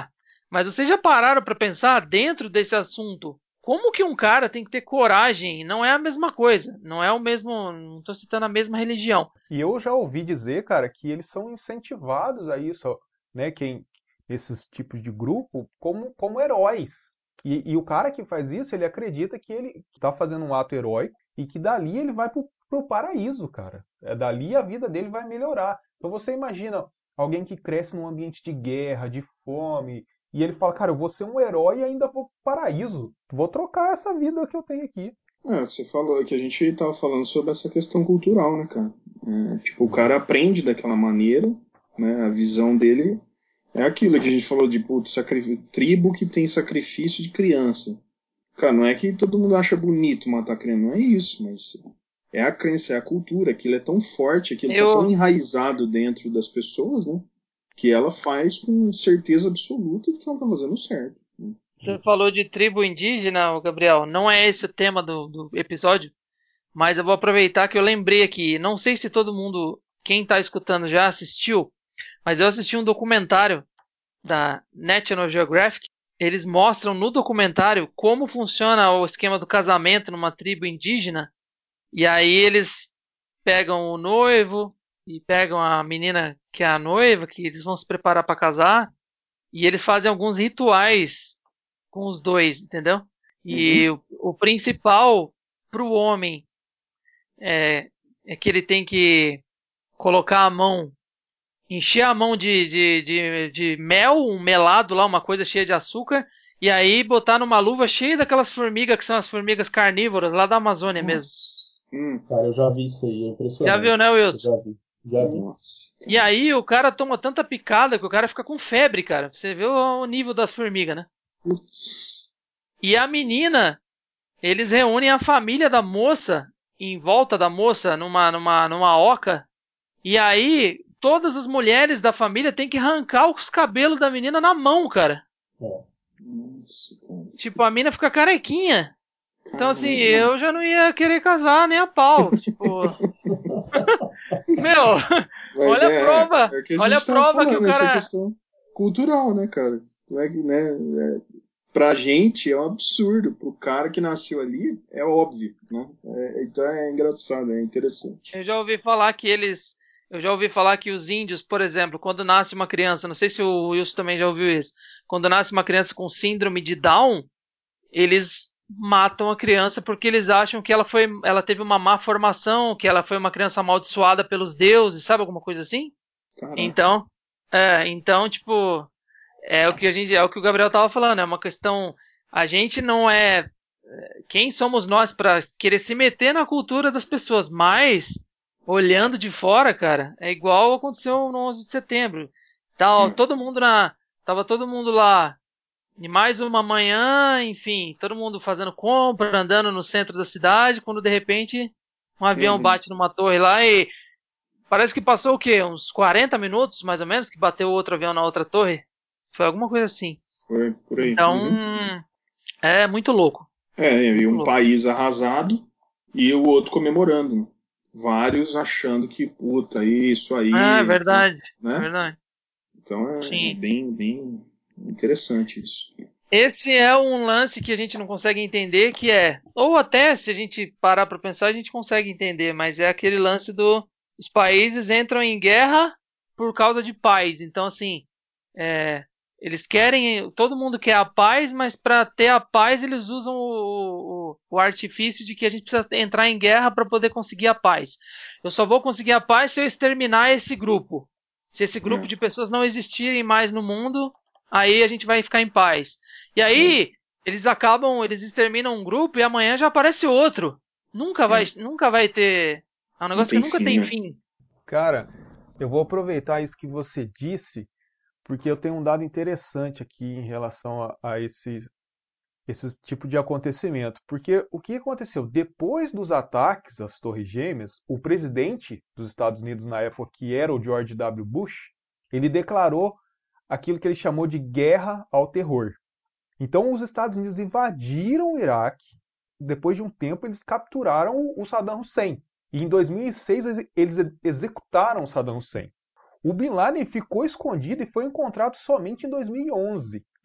Mas vocês já pararam para pensar dentro desse assunto? Como que um cara tem que ter coragem? Não é a mesma coisa. Não é o mesmo. Não estou citando a mesma religião. E eu já ouvi dizer, cara, que eles são incentivados a isso, né? Quem, esses tipos de grupo, como, como heróis. E, e o cara que faz isso, ele acredita que ele está fazendo um ato heróico e que dali ele vai pro, pro paraíso, cara. É, dali a vida dele vai melhorar. Então você imagina alguém que cresce num ambiente de guerra, de fome, e ele fala, cara, eu vou ser um herói e ainda vou pro paraíso. Vou trocar essa vida que eu tenho aqui. É, você falou que a gente tava falando sobre essa questão cultural, né, cara? É, tipo, o cara aprende daquela maneira, né? A visão dele é aquilo que a gente falou de putz, tribo que tem sacrifício de criança. Cara, não é que todo mundo acha bonito matar criança, não é isso, mas é a crença, é a cultura, aquilo é tão forte, aquilo Eu... tá tão enraizado dentro das pessoas, né? Que ela faz com certeza absoluta de que ela tá fazendo certo. Né? Você falou de tribo indígena, Gabriel. Não é esse o tema do, do episódio, mas eu vou aproveitar que eu lembrei aqui. Não sei se todo mundo, quem está escutando, já assistiu, mas eu assisti um documentário da National Geographic. Eles mostram no documentário como funciona o esquema do casamento numa tribo indígena. E aí eles pegam o noivo e pegam a menina que é a noiva, que eles vão se preparar para casar, e eles fazem alguns rituais com os dois, entendeu? E Uhum. o, o principal para o homem é, é que ele tem que colocar a mão, encher a mão de, de, de, de mel, um melado lá, uma coisa cheia de açúcar, e aí botar numa luva cheia daquelas formigas que são as formigas carnívoras lá da Amazônia Nossa. mesmo. Hum. Cara, eu já vi isso aí, é impressionante. Já viu, né, Wilson? Eu já vi, já vi. Nossa, E aí o cara toma tanta picada que o cara fica com febre, cara. Você vê o nível das formigas, né? Putz. E a menina, eles reúnem a família da moça em volta da moça numa, numa, numa oca. E aí todas as mulheres da família têm que arrancar os cabelos da menina na mão, cara. É. Nossa, cara. Tipo, a mina fica carequinha. Então, assim, Caramba. eu já não ia querer casar nem a pau. Tipo. Meu, Mas olha a é, prova. é o que a Olha a gente tava prova que o falando, essa cara. questão cultural, né, cara? Não é que, né, é, pra gente é um absurdo, pro cara que nasceu ali é óbvio, né? É, então é engraçado, é interessante. Eu já ouvi falar que eles. Eu já ouvi falar que os índios, por exemplo, quando nasce uma criança, não sei se o Wilson também já ouviu isso, quando nasce uma criança com síndrome de Down, eles matam a criança porque eles acham que ela foi, ela teve uma má formação, que ela foi uma criança amaldiçoada pelos deuses, sabe alguma coisa assim? Caraca. Então, é, então, tipo, é o que a gente, é o que o Gabriel tava falando, é uma questão, a gente não é, quem somos nós para querer se meter na cultura das pessoas, mas olhando de fora, cara, é igual aconteceu no onze de setembro. Tava É. todo mundo na, tava todo mundo lá e mais uma manhã, enfim, todo mundo fazendo compra, andando no centro da cidade, quando de repente um avião Uhum. bate numa torre lá e parece que passou o quê? Uns quarenta minutos, mais ou menos, que bateu outro avião na outra torre? Foi alguma coisa assim. Foi por aí. Então, Uhum. é muito louco. É, e Muito um louco. país arrasado e o outro comemorando. Né? Vários achando que, puta, isso aí. É verdade, né? é verdade. Então é, é Sim. bem, bem interessante isso. Esse é um lance que a gente não consegue entender, que é, ou até se a gente parar para pensar, a gente consegue entender, mas é aquele lance do os países entram em guerra por causa de paz. Então, assim, é, eles querem, todo mundo quer a paz, mas para ter a paz eles usam o, o, o artifício de que a gente precisa entrar em guerra para poder conseguir a paz. Eu só vou conseguir a paz se eu exterminar esse grupo. Se esse grupo É. de pessoas não existirem mais no mundo, aí a gente vai ficar em paz. E aí, eles acabam, eles exterminam um grupo e amanhã já aparece outro. Nunca vai, É. nunca vai ter. É um Não negócio tem que nunca fim, tem né? fim. Cara, eu vou aproveitar isso que você disse, porque eu tenho um dado interessante aqui em relação a, a esse, esse tipo de acontecimento. Porque o que aconteceu? Depois dos ataques às Torres Gêmeas, o presidente dos Estados Unidos na época, que era o George W. Bush, ele declarou aquilo que ele chamou de guerra ao terror. Então, os Estados Unidos invadiram o Iraque. Depois de um tempo, eles capturaram o Saddam Hussein. E em dois mil e seis, eles executaram o Saddam Hussein. O Bin Laden ficou escondido e foi encontrado somente em dois mil e onze.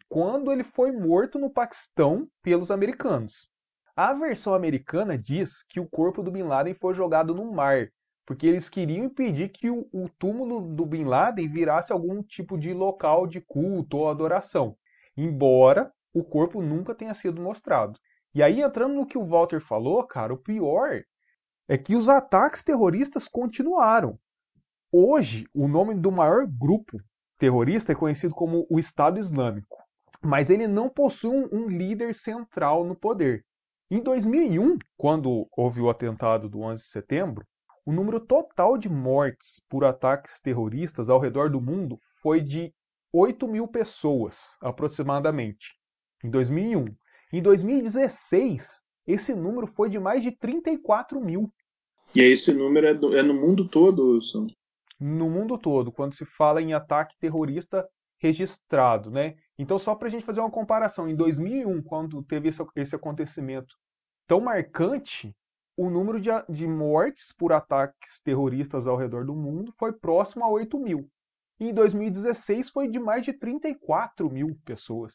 quando ele foi morto no Paquistão pelos americanos. A versão americana diz que o corpo do Bin Laden foi jogado no mar, porque eles queriam impedir que o, o túmulo do Bin Laden virasse algum tipo de local de culto ou adoração, embora o corpo nunca tenha sido mostrado. E aí, entrando no que o Walter falou, cara, o pior é que os ataques terroristas continuaram. Hoje, o nome do maior grupo terrorista é conhecido como o Estado Islâmico, mas ele não possui um, um líder central no poder. Em dois mil e um, quando houve o atentado do onze de setembro, o número total de mortes por ataques terroristas ao redor do mundo foi de oito mil pessoas, aproximadamente, em dois mil e um. Em dois mil e dezesseis, esse número foi de mais de trinta e quatro mil. E esse número é, do, é no mundo todo, Wilson? No mundo todo, quando se fala em ataque terrorista registrado, né? Então, só para a gente fazer uma comparação, em dois mil e um, quando teve esse, esse acontecimento tão marcante, o número de, de mortes por ataques terroristas ao redor do mundo foi próximo a oito mil. E em dois mil e dezesseis foi de mais de trinta e quatro mil pessoas.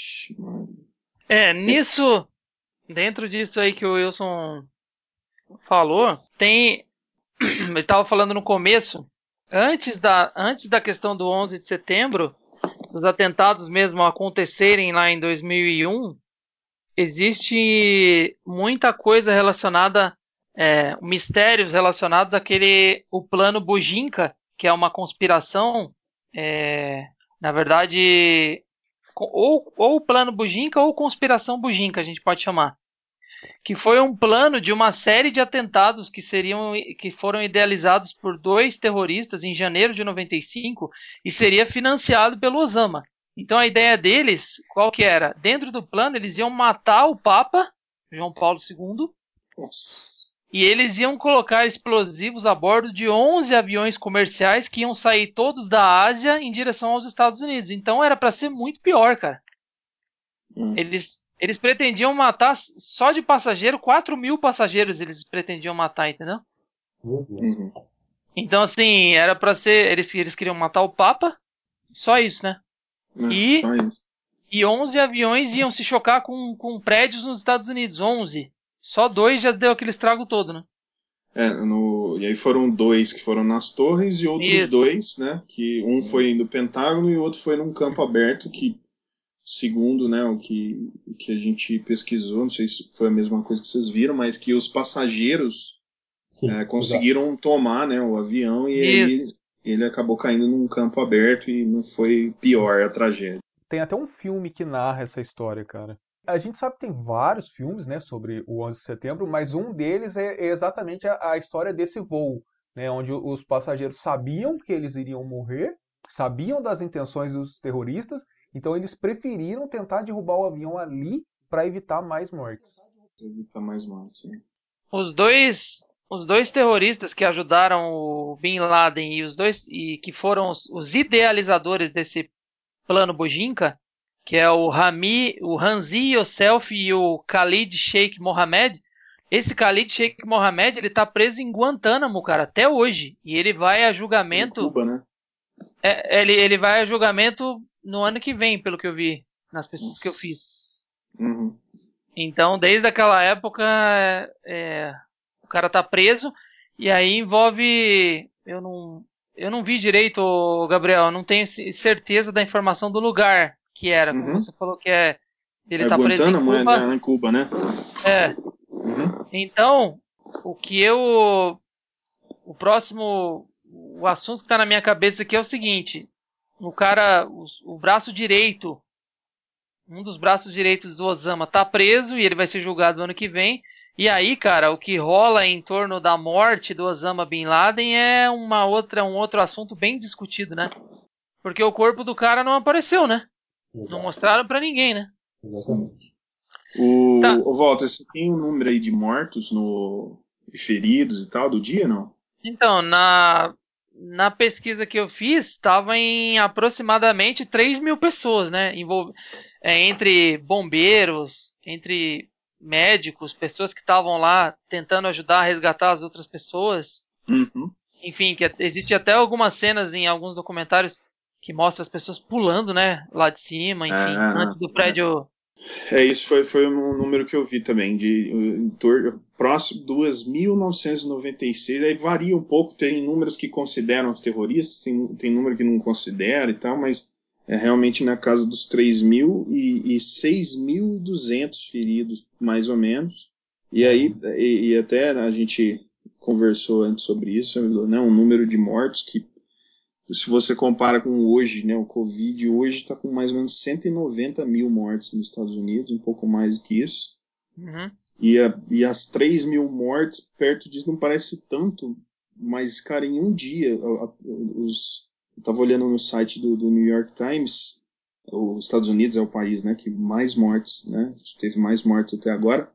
É, nisso, dentro disso aí que o Wilson falou, tem... Ele estava falando no começo, antes da, antes da questão do onze de setembro, dos atentados mesmo acontecerem lá em dois mil e um, existe muita coisa relacionada, é, mistérios relacionados àquele, o plano Bujinka, que é uma conspiração, é, na verdade, ou, ou o plano Bujinka ou conspiração Bujinka, a gente pode chamar, que foi um plano de uma série de atentados que, seriam, que foram idealizados por dois terroristas em janeiro de noventa e cinco e seria financiado pelo Osama. Então a ideia deles, qual que era? Dentro do plano eles iam matar o Papa, João Paulo segundo, e eles iam colocar explosivos a bordo de onze aviões comerciais que iam sair todos da Ásia em direção aos Estados Unidos. Então era para ser muito pior, cara. Hum. Eles, eles pretendiam matar, só de passageiro, quatro mil passageiros eles pretendiam matar, entendeu? Uhum. Então assim, era para ser, eles, eles queriam matar o Papa, só isso, né? Não, e, só isso. e onze aviões iam se chocar com, com prédios nos Estados Unidos, onze. Só dois já deu aquele estrago todo, né? É, no, e aí foram dois que foram nas torres e outros isso. dois, né? Que um foi no Pentágono e o outro foi num campo aberto que, segundo, né, o que, o que a gente pesquisou, não sei se foi a mesma coisa que vocês viram, mas que os passageiros Sim, é, conseguiram exato. tomar, né, o avião e isso. aí ele acabou caindo num campo aberto e não foi pior a tragédia. Tem até um filme que narra essa história, cara. A gente sabe que tem vários filmes, né, sobre o onze de setembro, mas um deles é, é exatamente a, a história desse voo, né, onde os passageiros sabiam que eles iriam morrer, sabiam das intenções dos terroristas, então eles preferiram tentar derrubar o avião ali para evitar mais mortes. Evitar mais mortes, né? Os dois... Os dois terroristas que ajudaram o Bin Laden e os dois e que foram os, os idealizadores desse plano Bujinka, que é o Rami, o Hanzi Yousef e o Khalid Sheikh Mohammed. Esse Khalid Sheikh Mohammed, ele tá preso em Guantánamo, cara, até hoje. E ele vai a julgamento. Em Cuba, né? É, ele, ele vai a julgamento no ano que vem, pelo que eu vi nas pesquisas que eu fiz. Uhum. Então, desde aquela época, é, o cara tá preso, e aí envolve... Eu não, eu não vi direito, Gabriel, eu não tenho certeza da informação do lugar que era. Como Uhum. você falou que é... Ele é tá preso em Cuba. É, é em Cuba, né? É. Uhum. Então, o que eu... O próximo... O assunto que tá na minha cabeça aqui é o seguinte. O cara... O, o braço direito... Um dos braços direitos do Osama tá preso e ele vai ser julgado no ano que vem. E aí, cara, o que rola em torno da morte do Osama Bin Laden é uma outra, um outro assunto bem discutido, né? Porque o corpo do cara não apareceu, né? Exato. Não mostraram pra ninguém, né? Exatamente. O, tá. o Walter, você tem um número aí de mortos no, e feridos e tal do dia, não? Então, na, na pesquisa que eu fiz, estava em aproximadamente três mil pessoas, né? Envolv... É, entre bombeiros, entre médicos, pessoas que estavam lá tentando ajudar a resgatar as outras pessoas. Uhum. Enfim, que existe até algumas cenas em alguns documentários que mostra as pessoas pulando, né, lá de cima, enfim, Ah, antes do prédio. É, isso foi, foi um número que eu vi também, de em torno, próximo duas mil novecentos e noventa e seis, aí varia um pouco, tem números que consideram os terroristas, tem, tem número que não considera e tal, mas é realmente na casa dos três mil e, e seis mil e duzentos feridos, mais ou menos. E aí, e, e até a gente conversou antes sobre isso, né, um número de mortos que, se você compara com hoje, né, o Covid hoje está com mais ou menos cento e noventa mil mortes nos Estados Unidos, um pouco mais do que isso. Uhum. E, a, e as três mil mortes, perto disso, não parece tanto, mas, cara, em um dia, a, a, os, eu estava olhando no site do, do New York Times, os Estados Unidos é o país, né, que mais mortes, né, teve mais mortes até agora,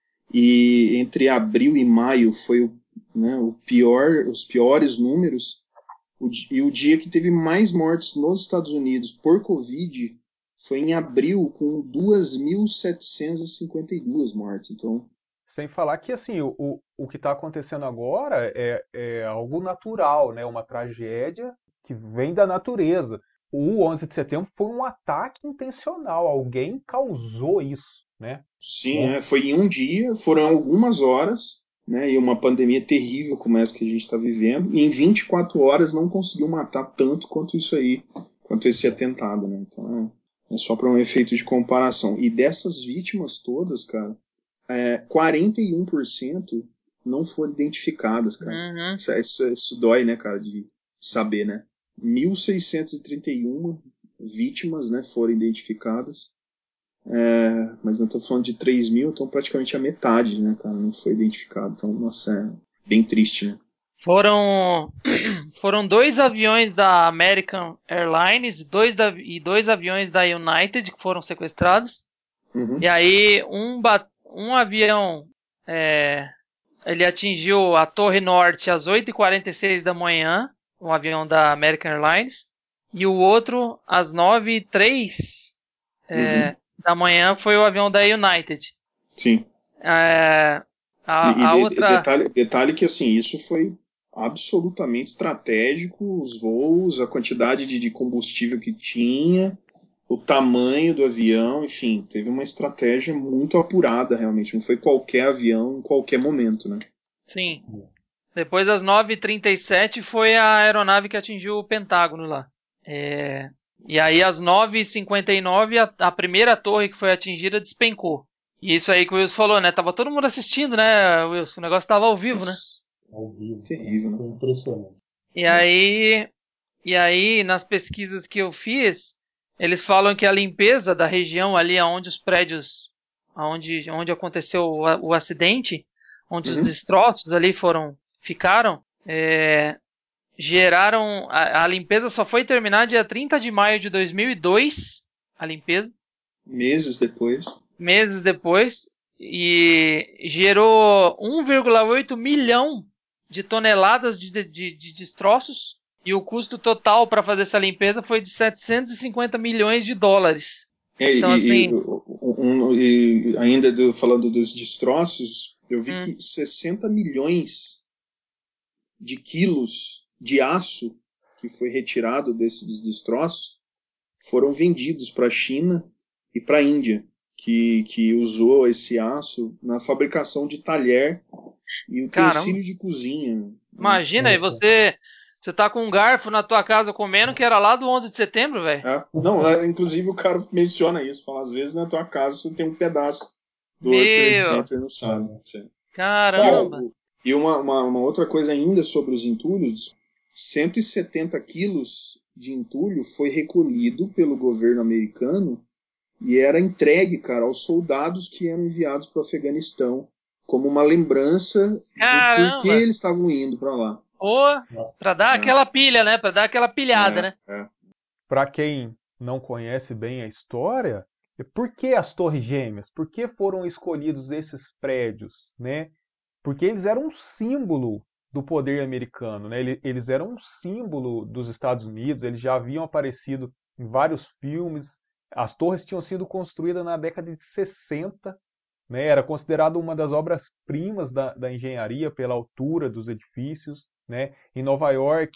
e entre abril e maio foi o, né, o pior, os piores números. O, e o dia que teve mais mortes nos Estados Unidos por Covid foi em abril, com duas mil setecentos e cinquenta e duas mortes. Então, sem falar que assim, o, o, o que está acontecendo agora é, é algo natural, né? Uma tragédia que vem da natureza. O onze de setembro foi um ataque intencional, alguém causou isso, né? Sim, é, foi em um dia, foram algumas horas, né, e uma pandemia terrível como essa que a gente está vivendo, e em vinte e quatro horas não conseguiu matar tanto quanto isso aí, quanto esse atentado, né? Então é, é só para um efeito de comparação. E dessas vítimas todas, cara, é, quarenta e um por cento não foram identificadas, cara. Uhum. Isso, isso, isso dói, né, cara, de saber, né? mil seiscentos e trinta e um vítimas, né, foram identificadas. É, mas eu tô falando de três mil, então praticamente a metade, né, cara, não foi identificado. Então, nossa, é bem triste, né? Foram, foram dois aviões da American Airlines dois da, e dois aviões da United que foram sequestrados. Uhum. E aí um, um avião é, ele atingiu a Torre Norte às oito e quarenta e seis da manhã, um avião da American Airlines, e o outro às nove e três é, Uhum. da manhã foi o avião da United. Sim. É, a, E, e a de, outra... detalhe, detalhe que, assim, isso foi absolutamente estratégico, os voos, a quantidade de, de combustível que tinha, o tamanho do avião, enfim, teve uma estratégia muito apurada, realmente. Não foi qualquer avião em qualquer momento, né? Sim. Depois das nove e trinta e sete foi a aeronave que atingiu o Pentágono lá. É, e aí às nove e cinquenta e nove a, a primeira torre que foi atingida despencou. E isso aí que o Wilson falou, né? Tava todo mundo assistindo, né, Wilson? O negócio tava ao vivo, né? Ao vivo. Terrível, né? Foi impressionante. E aí, e aí, nas pesquisas que eu fiz, eles falam que a limpeza da região ali onde os prédios, onde, onde aconteceu o, o acidente, onde os Uhum. destroços ali foram, ficaram, é, geraram, a, a limpeza só foi terminar dia trinta de maio de dois mil e dois, a limpeza, Meses depois. meses depois, e gerou um vírgula oito milhão de toneladas de, de, de destroços, e o custo total para fazer essa limpeza foi de setecentos e cinquenta milhões de dólares. É, Então, e, e, assim, um, e ainda do, falando dos destroços, eu vi hum, que sessenta milhões de quilos de aço que foi retirado desses destroços foram vendidos para a China e para a Índia, que, que usou esse aço na fabricação de talher e caramba, utensílio de cozinha. Né? imagina aí você, você tá com um garfo na tua casa comendo que era lá do onze de setembro, velho. É, não, é, inclusive o cara menciona isso, fala, às vezes na tua casa você tem um pedaço do World Trade Meu, Center, não sabe. caramba. E uma, uma, uma outra coisa ainda sobre os entulhos, cento e setenta quilos de entulho foi recolhido pelo governo americano e era entregue, cara, aos soldados que eram enviados para o Afeganistão como uma lembrança do porquê Caramba. eles estavam indo para lá. Ou pra dar É, aquela pilha, né? Pra dar aquela pilhada, é, né? é. Para quem não conhece bem a história, por que as Torres Gêmeas? Por que foram escolhidos esses prédios, né? Porque eles eram um símbolo do poder americano, né? Eles eram um símbolo dos Estados Unidos, eles já haviam aparecido em vários filmes. As torres tinham sido construídas na década de sessenta, né? Era considerado uma das obras-primas da, da engenharia pela altura dos edifícios, né? Em Nova York,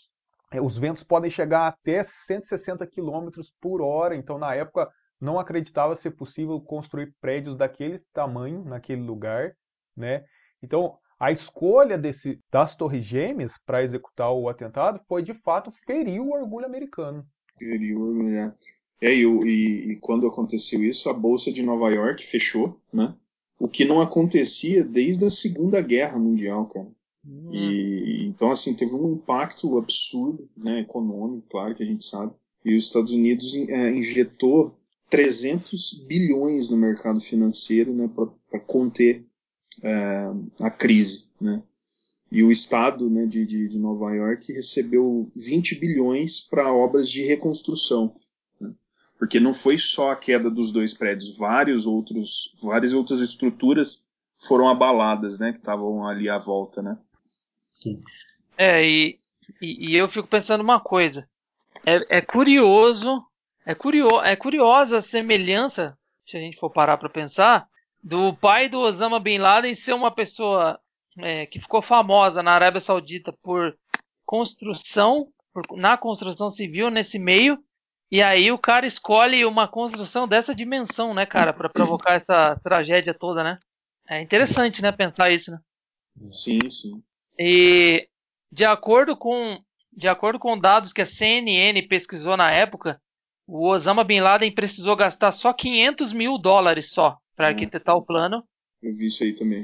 os ventos podem chegar até cento e sessenta quilômetros por hora, então na época não acreditava ser possível construir prédios daquele tamanho naquele lugar, né? Então a escolha desse, das Torres Gêmeas para executar o atentado foi de fato ferir o orgulho americano. Ferir o orgulho, é. É, e, e, e quando aconteceu isso, a Bolsa de Nova York fechou, né? O que não acontecia desde a Segunda Guerra Mundial, cara. Hum. E, então, assim, teve um impacto absurdo, né, econômico, claro que a gente sabe. E os Estados Unidos é, injetou trezentos bilhões no mercado financeiro, né, para conter é, a crise, né. E o estado, né, de, de, de Nova York recebeu vinte bilhões para obras de reconstrução, né, porque não foi só a queda dos dois prédios, vários outros, várias outras estruturas foram abaladas, né, que estavam ali à volta, né. Sim. É, e, e, e eu fico pensando uma coisa. É, é curioso, é, curio, é curiosa a semelhança, se a gente for parar para pensar, do pai do Osama Bin Laden ser uma pessoa é, que ficou famosa na Arábia Saudita por construção, por, na construção civil nesse meio, e aí o cara escolhe uma construção dessa dimensão, né, cara, para provocar essa tragédia toda, né? É interessante, né, pensar isso, né? Sim, sim. E de acordo com de acordo com dados que a C N N pesquisou na época, o Osama Bin Laden precisou gastar só quinhentos mil dólares só para ah, arquitetar o plano. Eu vi isso aí também.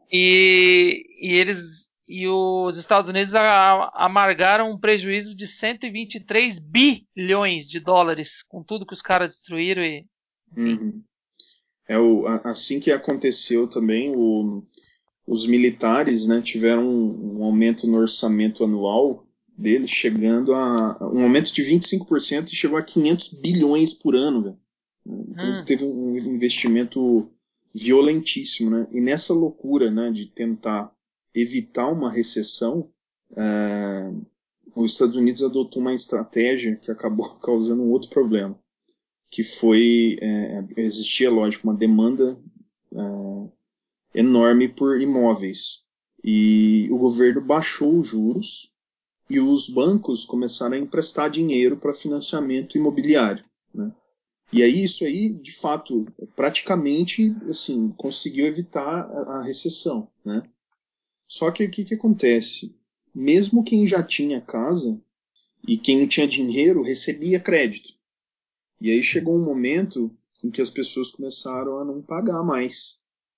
E, e eles e os Estados Unidos a, amargaram um prejuízo de cento e vinte e três bilhões de dólares com tudo que os caras destruíram e uhum. É o assim que aconteceu também o os militares, né, tiveram um, um aumento no orçamento anual deles, chegando a um aumento de vinte e cinco por cento e chegou a quinhentos bilhões por ano, velho. Então hum. teve um investimento violentíssimo, né? E nessa loucura, né, de tentar evitar uma recessão, é, os Estados Unidos adotou uma estratégia que acabou causando um outro problema, que foi é, existia, lógico, uma demanda é, enorme por imóveis. E o governo baixou os juros e os bancos começaram a emprestar dinheiro para financiamento imobiliário, né? E aí isso aí, de fato, praticamente assim, conseguiu evitar a, a recessão, né? Só que o que, que acontece? Mesmo quem já tinha casa e quem tinha dinheiro recebia crédito. E aí chegou um momento em que as pessoas começaram a não pagar mais.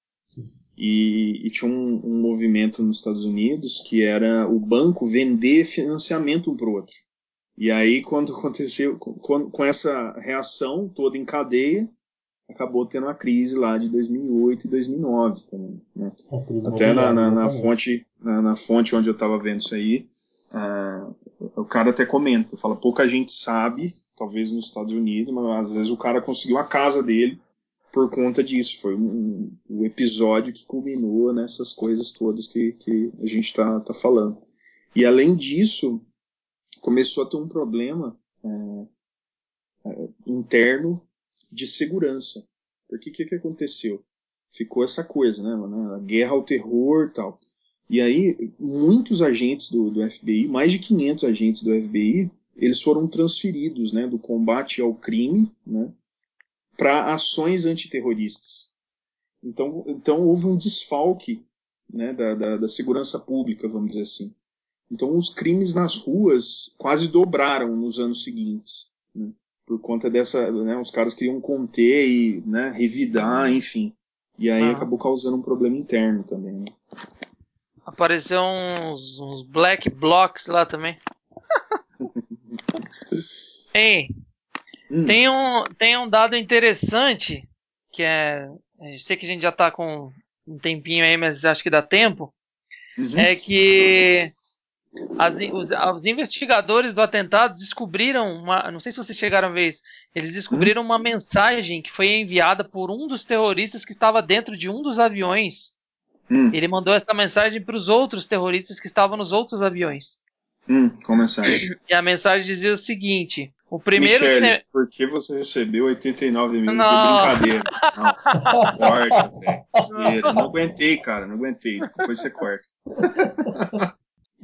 E, e tinha um, um movimento nos Estados Unidos que era o banco vender financiamento um para o outro. E aí, quando aconteceu, com, com essa reação toda em cadeia, acabou tendo a crise lá de dois mil e oito e dois mil e nove também, né? Até na, na, na, fonte, na, na fonte onde eu estava vendo isso aí, uh, o cara até comenta, fala, pouca gente sabe, talvez nos Estados Unidos, mas às vezes o cara conseguiu a casa dele por conta disso. Foi um, um episódio que culminou nessas coisas todas que, que a gente está tá falando. E além disso, começou a ter um problema é, é, interno de segurança. Porque o que, que aconteceu? Ficou essa coisa, né? A guerra ao terror e tal. E aí, muitos agentes do, do F B I, mais de quinhentos agentes do F B I, eles foram transferidos, né, do combate ao crime, né, para ações antiterroristas. Então, então houve um desfalque, né, da, da, da segurança pública, vamos dizer assim. Então os crimes nas ruas quase dobraram nos anos seguintes, né, por conta dessa, né, os caras queriam conter e, né, revidar, enfim. E aí ah. acabou causando um problema interno também, né. Apareceu uns, uns black blocs lá também. Ei, hum. tem, um, tem um dado interessante, que é, eu sei que a gente já tá com um tempinho aí, mas acho que dá tempo, uhum. É que as, os, os investigadores do atentado descobriram, uma, não sei se vocês chegaram a ver isso, eles descobriram hum. uma mensagem que foi enviada por um dos terroristas que estava dentro de um dos aviões. Hum. Ele mandou essa mensagem para os outros terroristas que estavam nos outros aviões. Hum, qual mensagem? E a mensagem dizia o seguinte: o primeiro. Michele, se... por que você recebeu oitenta e nove mil? Que brincadeira. Não, corta, velho. Não aguentei, cara, não aguentei. Depois você corta.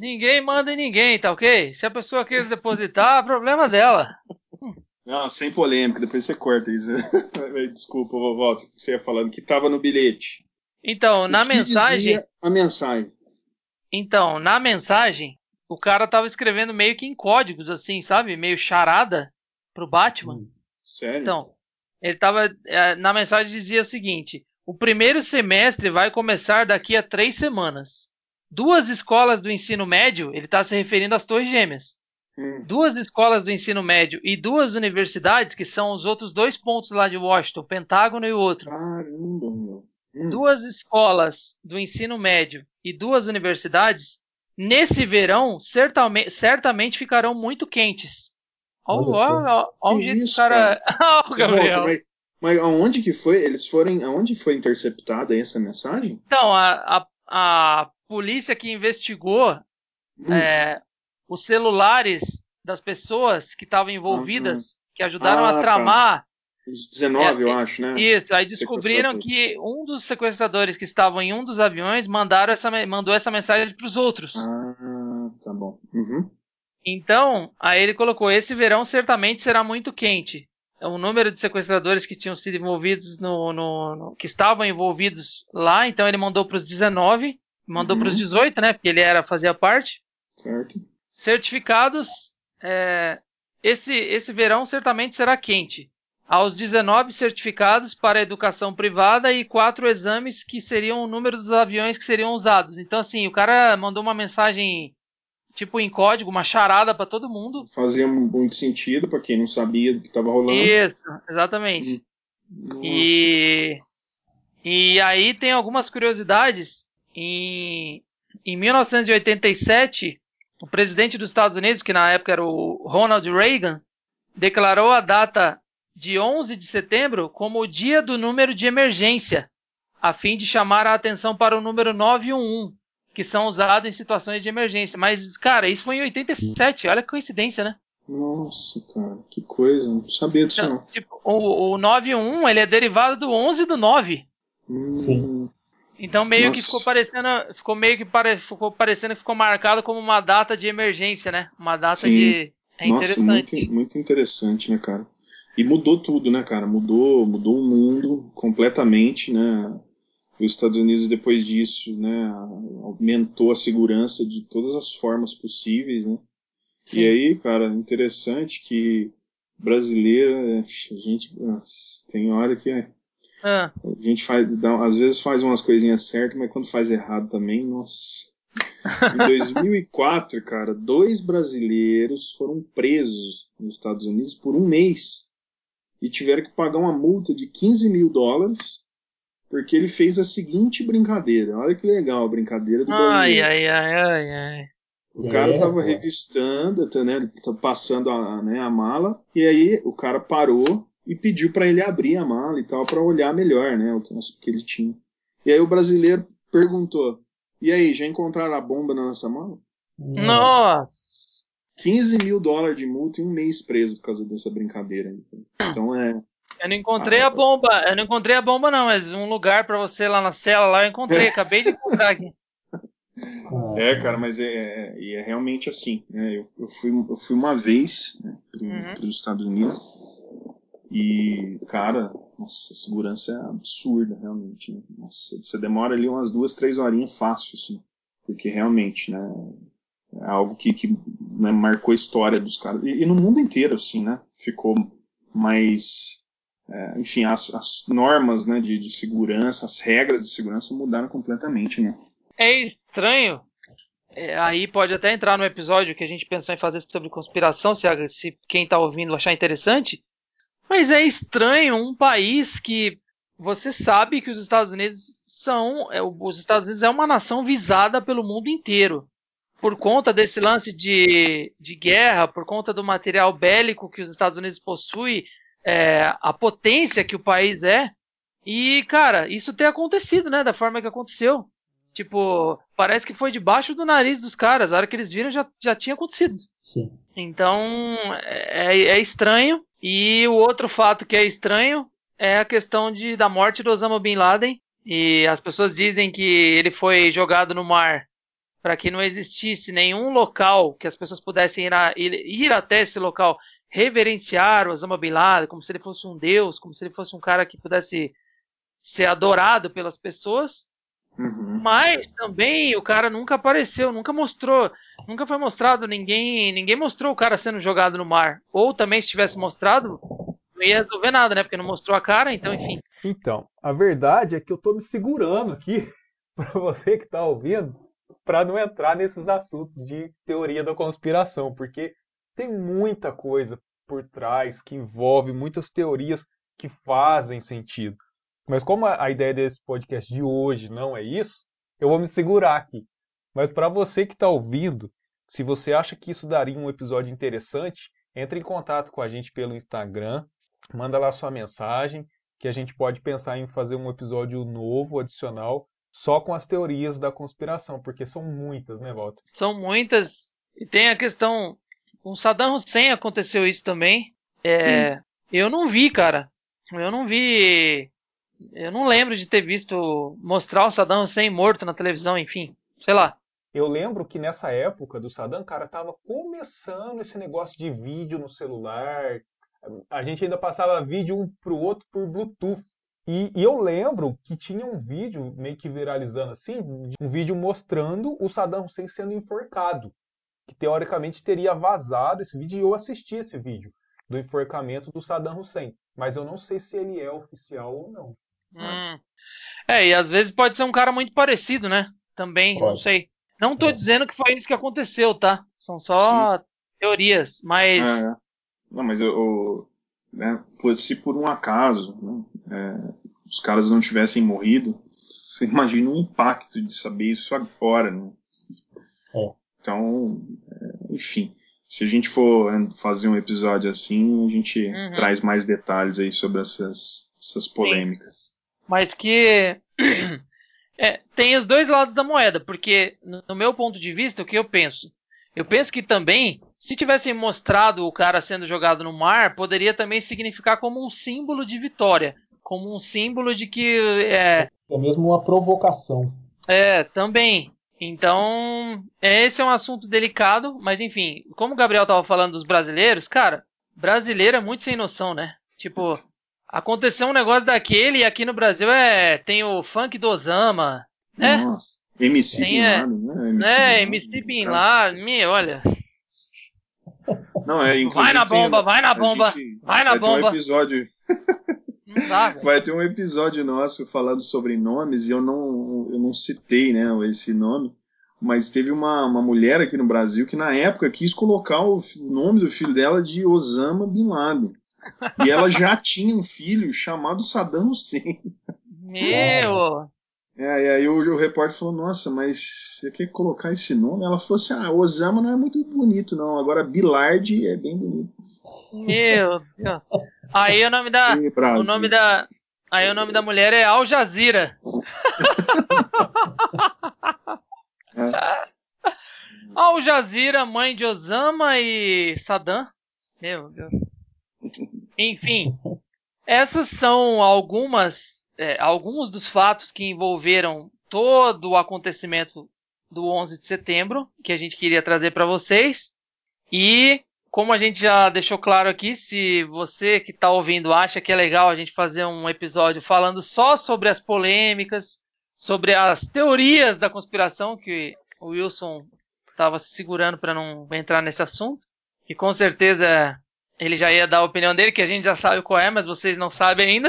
Ninguém manda em ninguém, tá ok? Se a pessoa quer depositar, problema dela. Não, sem polêmica, depois você corta isso. Desculpa, eu volto. Você ia falando que tava no bilhete. Então, na o que mensagem. Dizia a mensagem. Então, na mensagem, o cara tava escrevendo meio que em códigos, assim, sabe? Meio charada pro Batman. Hum, sério? Então, ele tava. Na mensagem dizia o seguinte: o primeiro semestre vai começar daqui a três semanas. Duas escolas do ensino médio, ele está se referindo às Torres Gêmeas. Hum. Duas escolas do ensino médio e duas universidades, que são os outros dois pontos lá de Washington, o Pentágono e o outro. Caramba, meu. Hum. Duas escolas do ensino médio e duas universidades, nesse verão, certamente, certamente ficarão muito quentes. Olha o jeito que o cara. cara? oh, Gabriel. Volta, mas, mas aonde que foi? Eles foram. Aonde foi interceptada essa mensagem? Então, a, a, a polícia que investigou hum. é, os celulares das pessoas que estavam envolvidas, uhum. que ajudaram ah, a tramar. Tá. Os dezenove, é, eu acho, né? Isso, aí descobriram que um dos sequestradores que estavam em um dos aviões mandaram essa, mandou essa mensagem para os outros. Ah, tá bom. Uhum. Então, aí ele colocou: esse verão certamente será muito quente. O número de sequestradores que tinham sido envolvidos no, no, no que estavam envolvidos lá, então ele mandou para os dezenove, mandou uhum. para os dezoito, né? Porque ele era fazia parte. Certo. Certificados. É, esse esse verão certamente será quente. Aos dezenove certificados para a educação privada e quatro exames que seriam o número dos aviões que seriam usados. Então, assim, o cara mandou uma mensagem tipo em código, uma charada para todo mundo. Fazia muito sentido para quem não sabia do que estava rolando. Isso, exatamente. Hum. E, e aí tem algumas curiosidades. Em, em mil novecentos e oitenta e sete, o presidente dos Estados Unidos, que na época era o Ronald Reagan, declarou a data de onze de setembro como o dia do número de emergência, a fim de chamar a atenção para o número nove um um, que são usados em situações de emergência. Mas, cara, isso foi em oitenta e sete, olha que coincidência, né? Nossa, cara, que coisa, não sabia disso então, não. Tipo, o, o nove um um, ele é derivado do onze do nove. Hum. Então meio Nossa. que ficou parecendo, ficou meio que pare, ficou parecendo que ficou marcado como uma data de emergência, né? Uma data Sim. de... É Nossa, interessante. muito, muito interessante, né, cara? E mudou tudo, né, cara? Mudou, mudou o mundo completamente, né? Os Estados Unidos, depois disso, né, aumentou a segurança de todas as formas possíveis, né? Sim. E aí, cara, interessante que brasileiro, a gente tem hora que ah. a gente faz, dá, às vezes faz umas coisinhas certas, mas quando faz errado também, nossa. Em dois mil e quatro, cara, dois brasileiros foram presos nos Estados Unidos por um mês e tiveram que pagar uma multa de quinze mil dólares porque ele fez a seguinte brincadeira. Olha que legal a brincadeira do brasileiro. Ai, ai, ai, ai, ai. O cara estava é, revistando, né, passando a, né, a mala, e aí o cara parou e pediu para ele abrir a mala e tal, para olhar melhor, né, o que, o que ele tinha. E aí o brasileiro perguntou: e aí, já encontraram a bomba na nossa mala? Nossa! quinze mil dólares de multa e um mês preso por causa dessa brincadeira. Então é... Eu não encontrei ah, a bomba, eu não encontrei a bomba não, mas um lugar pra você lá na cela, lá eu encontrei, acabei de encontrar aqui. É, cara, mas é, é, é realmente assim, né? Eu, eu, fui, eu fui uma vez, né, para uhum. os Estados Unidos e, cara, nossa, a segurança é absurda, realmente. Né? Nossa, você demora ali umas duas, três horinhas fácil, assim, porque realmente, né, é algo que, que né, marcou a história dos caras. E, e no mundo inteiro, assim, né, ficou mais... É, enfim, as, as normas, né, de, de segurança, as regras de segurança mudaram completamente, né? É estranho. É, aí pode até entrar no episódio que a gente pensou em fazer sobre conspiração, se, se quem está ouvindo achar interessante. Mas é estranho um país que você sabe que os Estados Unidos são, é, os Estados Unidos é uma nação visada pelo mundo inteiro. Por conta desse lance de, de guerra, por conta do material bélico que os Estados Unidos possuem, é, a potência que o país é. E, cara, isso tem acontecido, né? Da forma que aconteceu. Tipo, parece que foi debaixo do nariz dos caras. A hora que eles viram já, já tinha acontecido. Sim. Então, é, é estranho. E o outro fato que é estranho é a questão de, da morte do Osama Bin Laden. E as pessoas dizem que ele foi jogado no mar para que não existisse nenhum local que as pessoas pudessem ir, a, ir, ir até esse local, reverenciar o Osama Bin Laden, como se ele fosse um deus, como se ele fosse um cara que pudesse ser adorado pelas pessoas. Uhum. Mas também o cara nunca apareceu, nunca mostrou, nunca foi mostrado, ninguém, ninguém mostrou o cara sendo jogado no mar. Ou também, se tivesse mostrado, não ia resolver nada, né? Porque não mostrou a cara, então, enfim. Então, a verdade é que eu tô me segurando aqui, para você que tá ouvindo, para não entrar nesses assuntos de teoria da conspiração, porque tem muita coisa por trás que envolve muitas teorias que fazem sentido. Mas como a ideia desse podcast de hoje não é isso, eu vou me segurar aqui. Mas para você que está ouvindo, se você acha que isso daria um episódio interessante, entre em contato com a gente pelo Instagram, manda lá sua mensagem, que a gente pode pensar em fazer um episódio novo, adicional, só com as teorias da conspiração, porque são muitas, né, Walter? São muitas. E tem a questão, com Saddam Hussein aconteceu isso também. É, eu não vi, cara. Eu não vi. Eu não lembro de ter visto mostrar o Saddam Hussein morto na televisão, enfim. Sei lá. Eu lembro que nessa época do Saddam, cara, tava começando esse negócio de vídeo no celular. A gente ainda passava vídeo um pro outro por Bluetooth. E, e eu lembro que tinha um vídeo meio que viralizando assim, um vídeo mostrando o Saddam Hussein sendo enforcado. Que teoricamente teria vazado esse vídeo, e eu assisti esse vídeo do enforcamento do Saddam Hussein. Mas eu não sei se ele é oficial ou não. Hum. É, e às vezes pode ser um cara muito parecido, né? Também, pode. Não sei. Não tô é. dizendo que foi isso que aconteceu, tá? São só Sim. teorias, mas... É. Não, mas eu... eu né, se por um acaso né, é, os caras não tivessem morrido, você imagina o impacto de saber isso agora, né? É. Então, é, enfim... Se a gente for fazer um episódio assim, a gente uhum. traz mais detalhes aí sobre essas, essas polêmicas. Sim. Mas que é, tem os dois lados da moeda, porque no meu ponto de vista, o que eu penso? Eu penso que também, se tivessem mostrado o cara sendo jogado no mar, poderia também significar como um símbolo de vitória, como um símbolo de que... É, é mesmo uma provocação. É, também. Então, esse é um assunto delicado, mas enfim, como o Gabriel tava falando dos brasileiros, cara, brasileiro é muito sem noção, né? Tipo, aconteceu um negócio daquele e aqui no Brasil é tem o funk do Osama, né? Nossa, M C Bin Laden, né? M C É, M C Bin Laden, me olha. Não, é, vai na bomba, tem, vai na bomba, vai na vai bomba. Ter um episódio... Não dá, velho. Vai ter um episódio nosso falando sobre nomes e eu não, eu não citei, né, esse nome, mas teve uma, uma mulher aqui no Brasil que na época quis colocar o nome do filho dela de Osama Bin Laden. E ela já tinha um filho chamado Saddam Hussein. Meu! É, e aí o, o repórter falou, nossa, mas você quer colocar esse nome? Ela falou assim, ah, Osama não é muito bonito não, agora Bilard é bem bonito. Meu Deus. Aí o nome da, o nome da, aí o nome da mulher é Al Jazeera. É. Al Jazeera, mãe de Osama e Saddam. Meu Deus. Enfim, essas são algumas, é, alguns dos fatos que envolveram todo o acontecimento do onze de setembro que a gente queria trazer para vocês. E como a gente já deixou claro aqui, se você que está ouvindo acha que é legal a gente fazer um episódio falando só sobre as polêmicas, sobre as teorias da conspiração, que o Wilson estava se segurando para não entrar nesse assunto, que com certeza ele já ia dar a opinião dele, que a gente já sabe qual é, mas vocês não sabem ainda.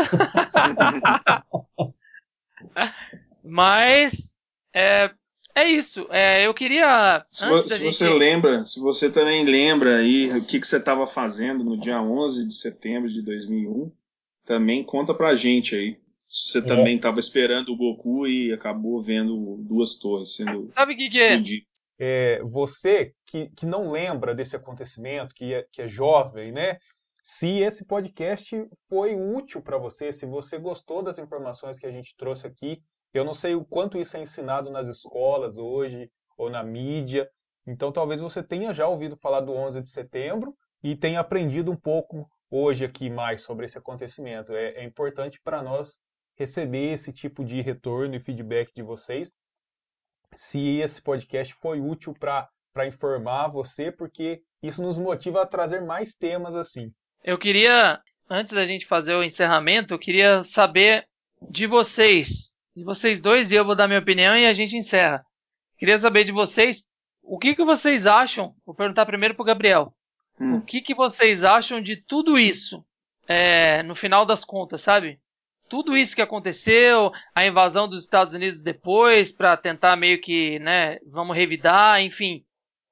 Mas é, é isso. É, eu queria... Se, vo, se gente... você lembra, se você também lembra aí o que, que você estava fazendo no dia onze de setembro de dois mil e um, também conta pra gente aí. Se você é. também estava esperando o Goku e acabou vendo duas torres sendo Sabe que explodidas. É, você que, que não lembra desse acontecimento, que é, que é jovem, né? Se esse podcast foi útil para você, se você gostou das informações que a gente trouxe aqui, eu não sei o quanto isso é ensinado nas escolas hoje ou na mídia, então talvez você tenha já ouvido falar do onze de setembro e tenha aprendido um pouco hoje aqui mais sobre esse acontecimento. É, é importante para nós receber esse tipo de retorno e feedback de vocês, se esse podcast foi útil para para informar você, porque isso nos motiva a trazer mais temas assim. Eu queria, antes da gente fazer o encerramento, eu queria saber de vocês, de vocês dois, e eu vou dar minha opinião e a gente encerra. Queria saber de vocês, o que, que vocês acham, vou perguntar primeiro para o Gabriel, hum. o que, que vocês acham de tudo isso, é, no final das contas, sabe? Tudo isso que aconteceu, a invasão dos Estados Unidos depois, para tentar meio que, né, vamos revidar, enfim,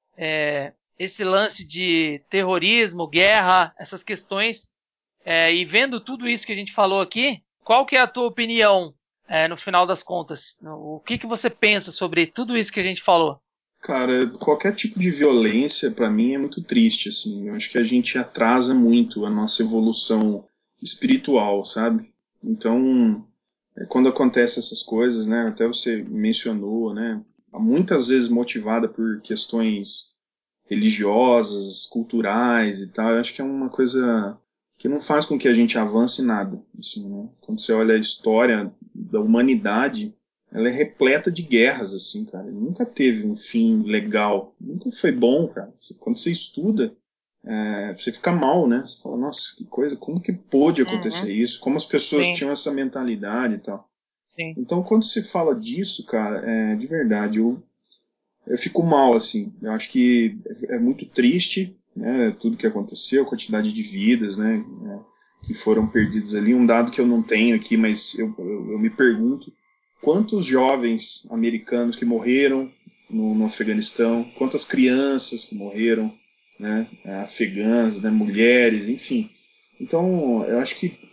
é, esse lance de terrorismo, guerra, essas questões, é, e vendo tudo isso que a gente falou aqui, qual que é a tua opinião, é, no final das contas? O que, que você pensa sobre tudo isso que a gente falou? Cara, qualquer tipo de violência, para mim, é muito triste, assim. Eu acho que a gente atrasa muito a nossa evolução espiritual, sabe? Então, quando acontecem essas coisas, né, até você mencionou, né, muitas vezes motivada por questões religiosas, culturais e tal, eu acho que é uma coisa que não faz com que a gente avance nada. Assim, né? Quando você olha a história da humanidade, ela é repleta de guerras, assim, cara. Nunca teve um fim legal. Nunca foi bom, cara. Quando você estuda, é, você fica mal, né? Você fala, nossa, que coisa, como que pôde acontecer uhum. isso? Como as pessoas Sim. tinham essa mentalidade e tal. Sim. Então, quando se fala disso, cara, é, de verdade, eu, eu fico mal, assim. Eu acho que é muito triste, né, tudo que aconteceu, a quantidade de vidas, né, que foram perdidas ali. Um dado que eu não tenho aqui, mas eu, eu, eu me pergunto, quantos jovens americanos que morreram no, no Afeganistão, quantas crianças que morreram, né, afegãs, né, mulheres, enfim. Então, eu acho que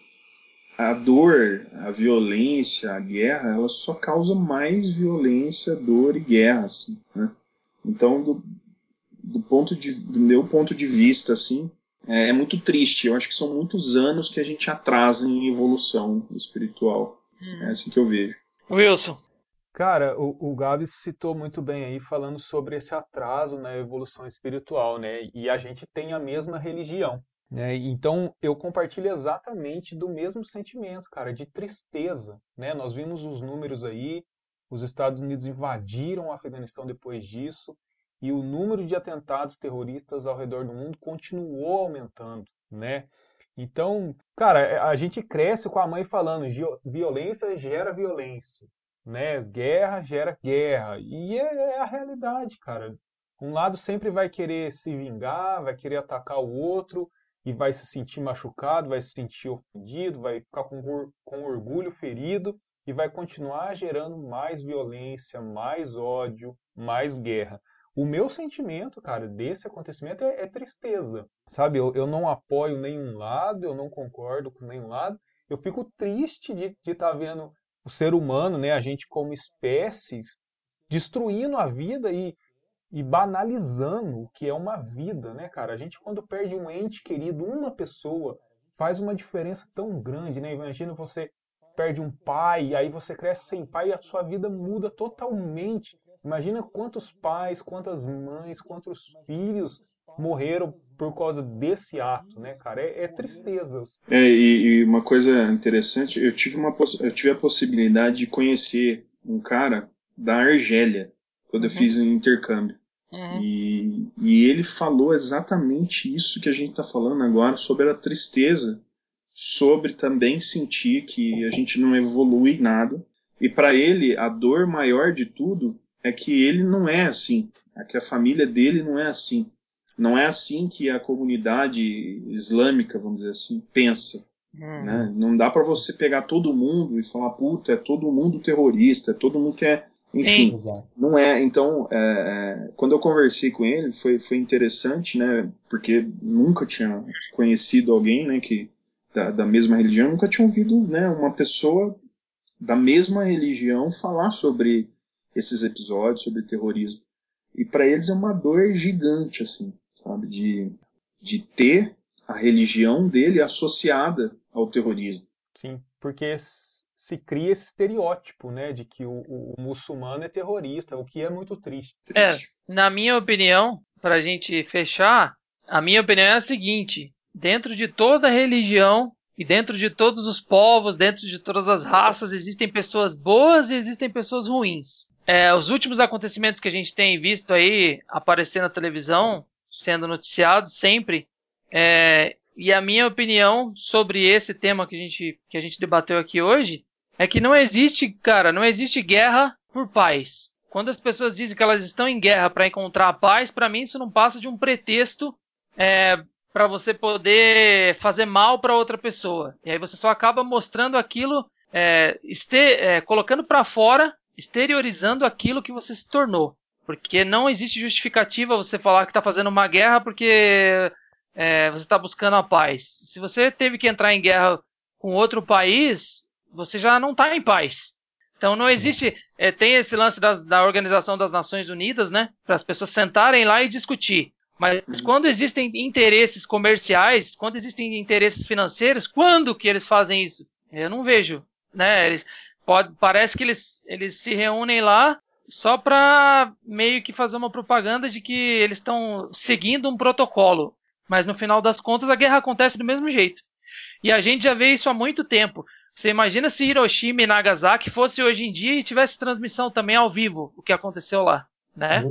a dor, a violência, a guerra, ela só causa mais violência, dor e guerra, assim, né? Então, do, do, ponto de, do meu ponto de vista, assim, é, é muito triste. Eu acho que são muitos anos que a gente atrasa em evolução espiritual. Hum. É assim que eu vejo. Wilson. Cara, o, o Gabs citou muito bem aí, falando sobre esse atraso na evolução espiritual, né? E a gente tem a mesma religião. É, então eu compartilho exatamente do mesmo sentimento, cara, de tristeza, né? Nós vimos os números aí, os Estados Unidos invadiram o Afeganistão depois disso e o número de atentados terroristas ao redor do mundo continuou aumentando, né? Então, cara, a gente cresce com a mãe falando, violência gera violência, né? Guerra gera guerra, e é, é a realidade, cara. Um lado sempre vai querer se vingar, vai querer atacar o outro, e vai se sentir machucado, vai se sentir ofendido, vai ficar com, com orgulho ferido e vai continuar gerando mais violência, mais ódio, mais guerra. O meu sentimento, cara, desse acontecimento é, é tristeza, sabe? Eu, eu não apoio nenhum lado, eu não concordo com nenhum lado. Eu fico triste de estar tá vendo o ser humano, né, a gente como espécie, destruindo a vida e e banalizando o que é uma vida, né, cara? A gente, quando perde um ente querido, uma pessoa, faz uma diferença tão grande, né? Imagina você perde um pai, aí você cresce sem pai e a sua vida muda totalmente. Imagina quantos pais, quantas mães, quantos filhos morreram por causa desse ato, né, cara? É, é tristeza. É, e, e uma coisa interessante, eu tive, uma, eu tive a possibilidade de conhecer um cara da Argélia, quando uhum. eu fiz um intercâmbio. Uhum. E, e ele falou exatamente isso que a gente está falando agora, sobre a tristeza, sobre também sentir que a gente não evolui nada. E para ele, a dor maior de tudo é que ele não é assim, é que a família dele não é assim. Não é assim que a comunidade islâmica, vamos dizer assim, pensa. Uhum. Né? Não dá para você pegar todo mundo e falar, puta, é todo mundo terrorista, é todo mundo que é... Enfim, Sim. não é. Então, é, é, quando eu conversei com ele, foi, foi interessante, né? Porque nunca tinha conhecido alguém, né, que, da, da mesma religião, nunca tinha ouvido, né, uma pessoa da mesma religião falar sobre esses episódios, sobre terrorismo. E para eles é uma dor gigante, assim, sabe? De, de ter a religião dele associada ao terrorismo. Sim, porque se cria esse estereótipo, né, de que o, o, o muçulmano é terrorista, o que é muito triste. É, na minha opinião, para a gente fechar, a minha opinião é a seguinte: dentro de toda religião e dentro de todos os povos, dentro de todas as raças, existem pessoas boas e existem pessoas ruins. é, os últimos acontecimentos que a gente tem visto aí aparecer na televisão, sendo noticiados sempre, é, e a minha opinião sobre esse tema que a gente, que a gente debateu aqui hoje, é que não existe, cara, não existe guerra por paz. Quando as pessoas dizem que elas estão em guerra para encontrar a paz, para mim isso não passa de um pretexto é, para você poder fazer mal para outra pessoa. E aí você só acaba mostrando aquilo, é, este, é, colocando para fora, exteriorizando aquilo que você se tornou. Porque não existe justificativa você falar que está fazendo uma guerra porque é, você está buscando a paz. Se você teve que entrar em guerra com outro país, você já não está em paz. Então não existe, é, tem esse lance das, da Organização das Nações Unidas, né, para as pessoas sentarem lá e discutir. Mas quando existem interesses comerciais, quando existem interesses financeiros, quando que eles fazem isso? Eu não vejo, né? Eles pode, parece que eles, eles se reúnem lá só para meio que fazer uma propaganda de que eles estão seguindo um protocolo. Mas no final das contas a guerra acontece do mesmo jeito. E a gente já vê isso há muito tempo. Você imagina se Hiroshima e Nagasaki fosse hoje em dia e tivesse transmissão também ao vivo, o que aconteceu lá, né?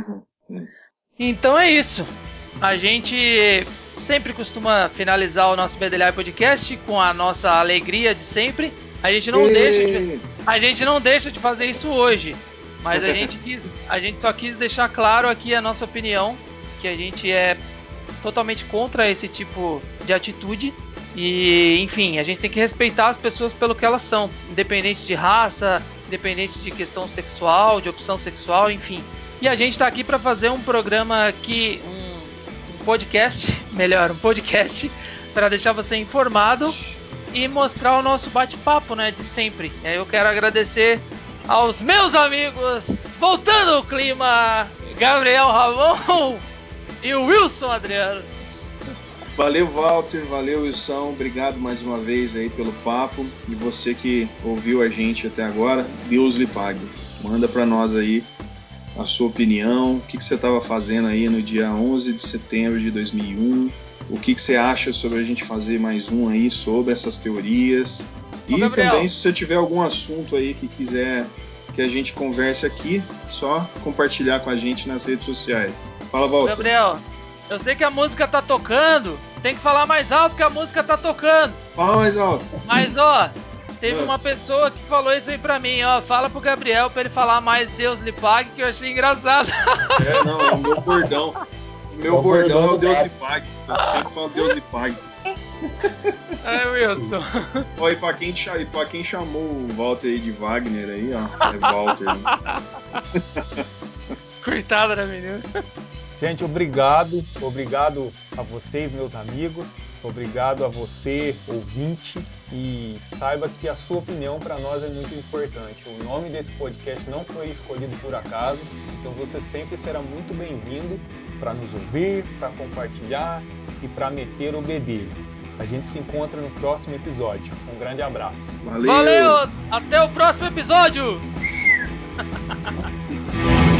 Então é isso. A gente sempre costuma finalizar o nosso B D L I Podcast com a nossa alegria de sempre. A gente não, deixa de, a gente não deixa de fazer isso hoje. Mas a gente, quis, a gente só quis deixar claro aqui a nossa opinião, que a gente é totalmente contra esse tipo de atitude. E, enfim, a gente tem que respeitar as pessoas pelo que elas são, independente de raça, independente de questão sexual, de opção sexual, enfim. E a gente está aqui para fazer um programa aqui, um, um podcast, melhor, um podcast, para deixar você informado e mostrar o nosso bate-papo, né, de sempre. E aí eu quero agradecer aos meus amigos, voltando ao clima, Gabriel Ramon e o Wilson Adriano. Valeu, Walter, valeu, Wilson, obrigado mais uma vez aí pelo papo, e você que ouviu a gente até agora, Deus lhe pague. Manda para nós aí a sua opinião, o que, que você estava fazendo aí no dia onze de setembro de dois mil e um, o que, que você acha sobre a gente fazer mais um aí sobre essas teorias. E Ô, também, se você tiver algum assunto aí que quiser que a gente converse aqui, só compartilhar com a gente nas redes sociais. Fala, Walter. Gabriel, eu sei que a música tá tocando, tem que falar mais alto que a música tá tocando. Fala mais alto. Mas, ó, teve uma pessoa que falou isso aí pra mim, ó, fala pro Gabriel pra ele falar mais Deus lhe pague, que eu achei engraçado. É, não, é o meu bordão. O meu é o bordão, bordão é o Deus lhe pague. Eu sempre falo Deus lhe pague. É, Wilson. Ó, e pra quem, e pra quem chamou o Walter aí de Wagner aí, ó, é Walter. Né? Coitada da menina. Gente, obrigado, obrigado a vocês, meus amigos, obrigado a você, ouvinte, e saiba que a sua opinião para nós é muito importante. O nome desse podcast não foi escolhido por acaso, então você sempre será muito bem-vindo para nos ouvir, para compartilhar e para meter o bedelho. A gente se encontra no próximo episódio. Um grande abraço. Valeu! Valeu! Até o próximo episódio!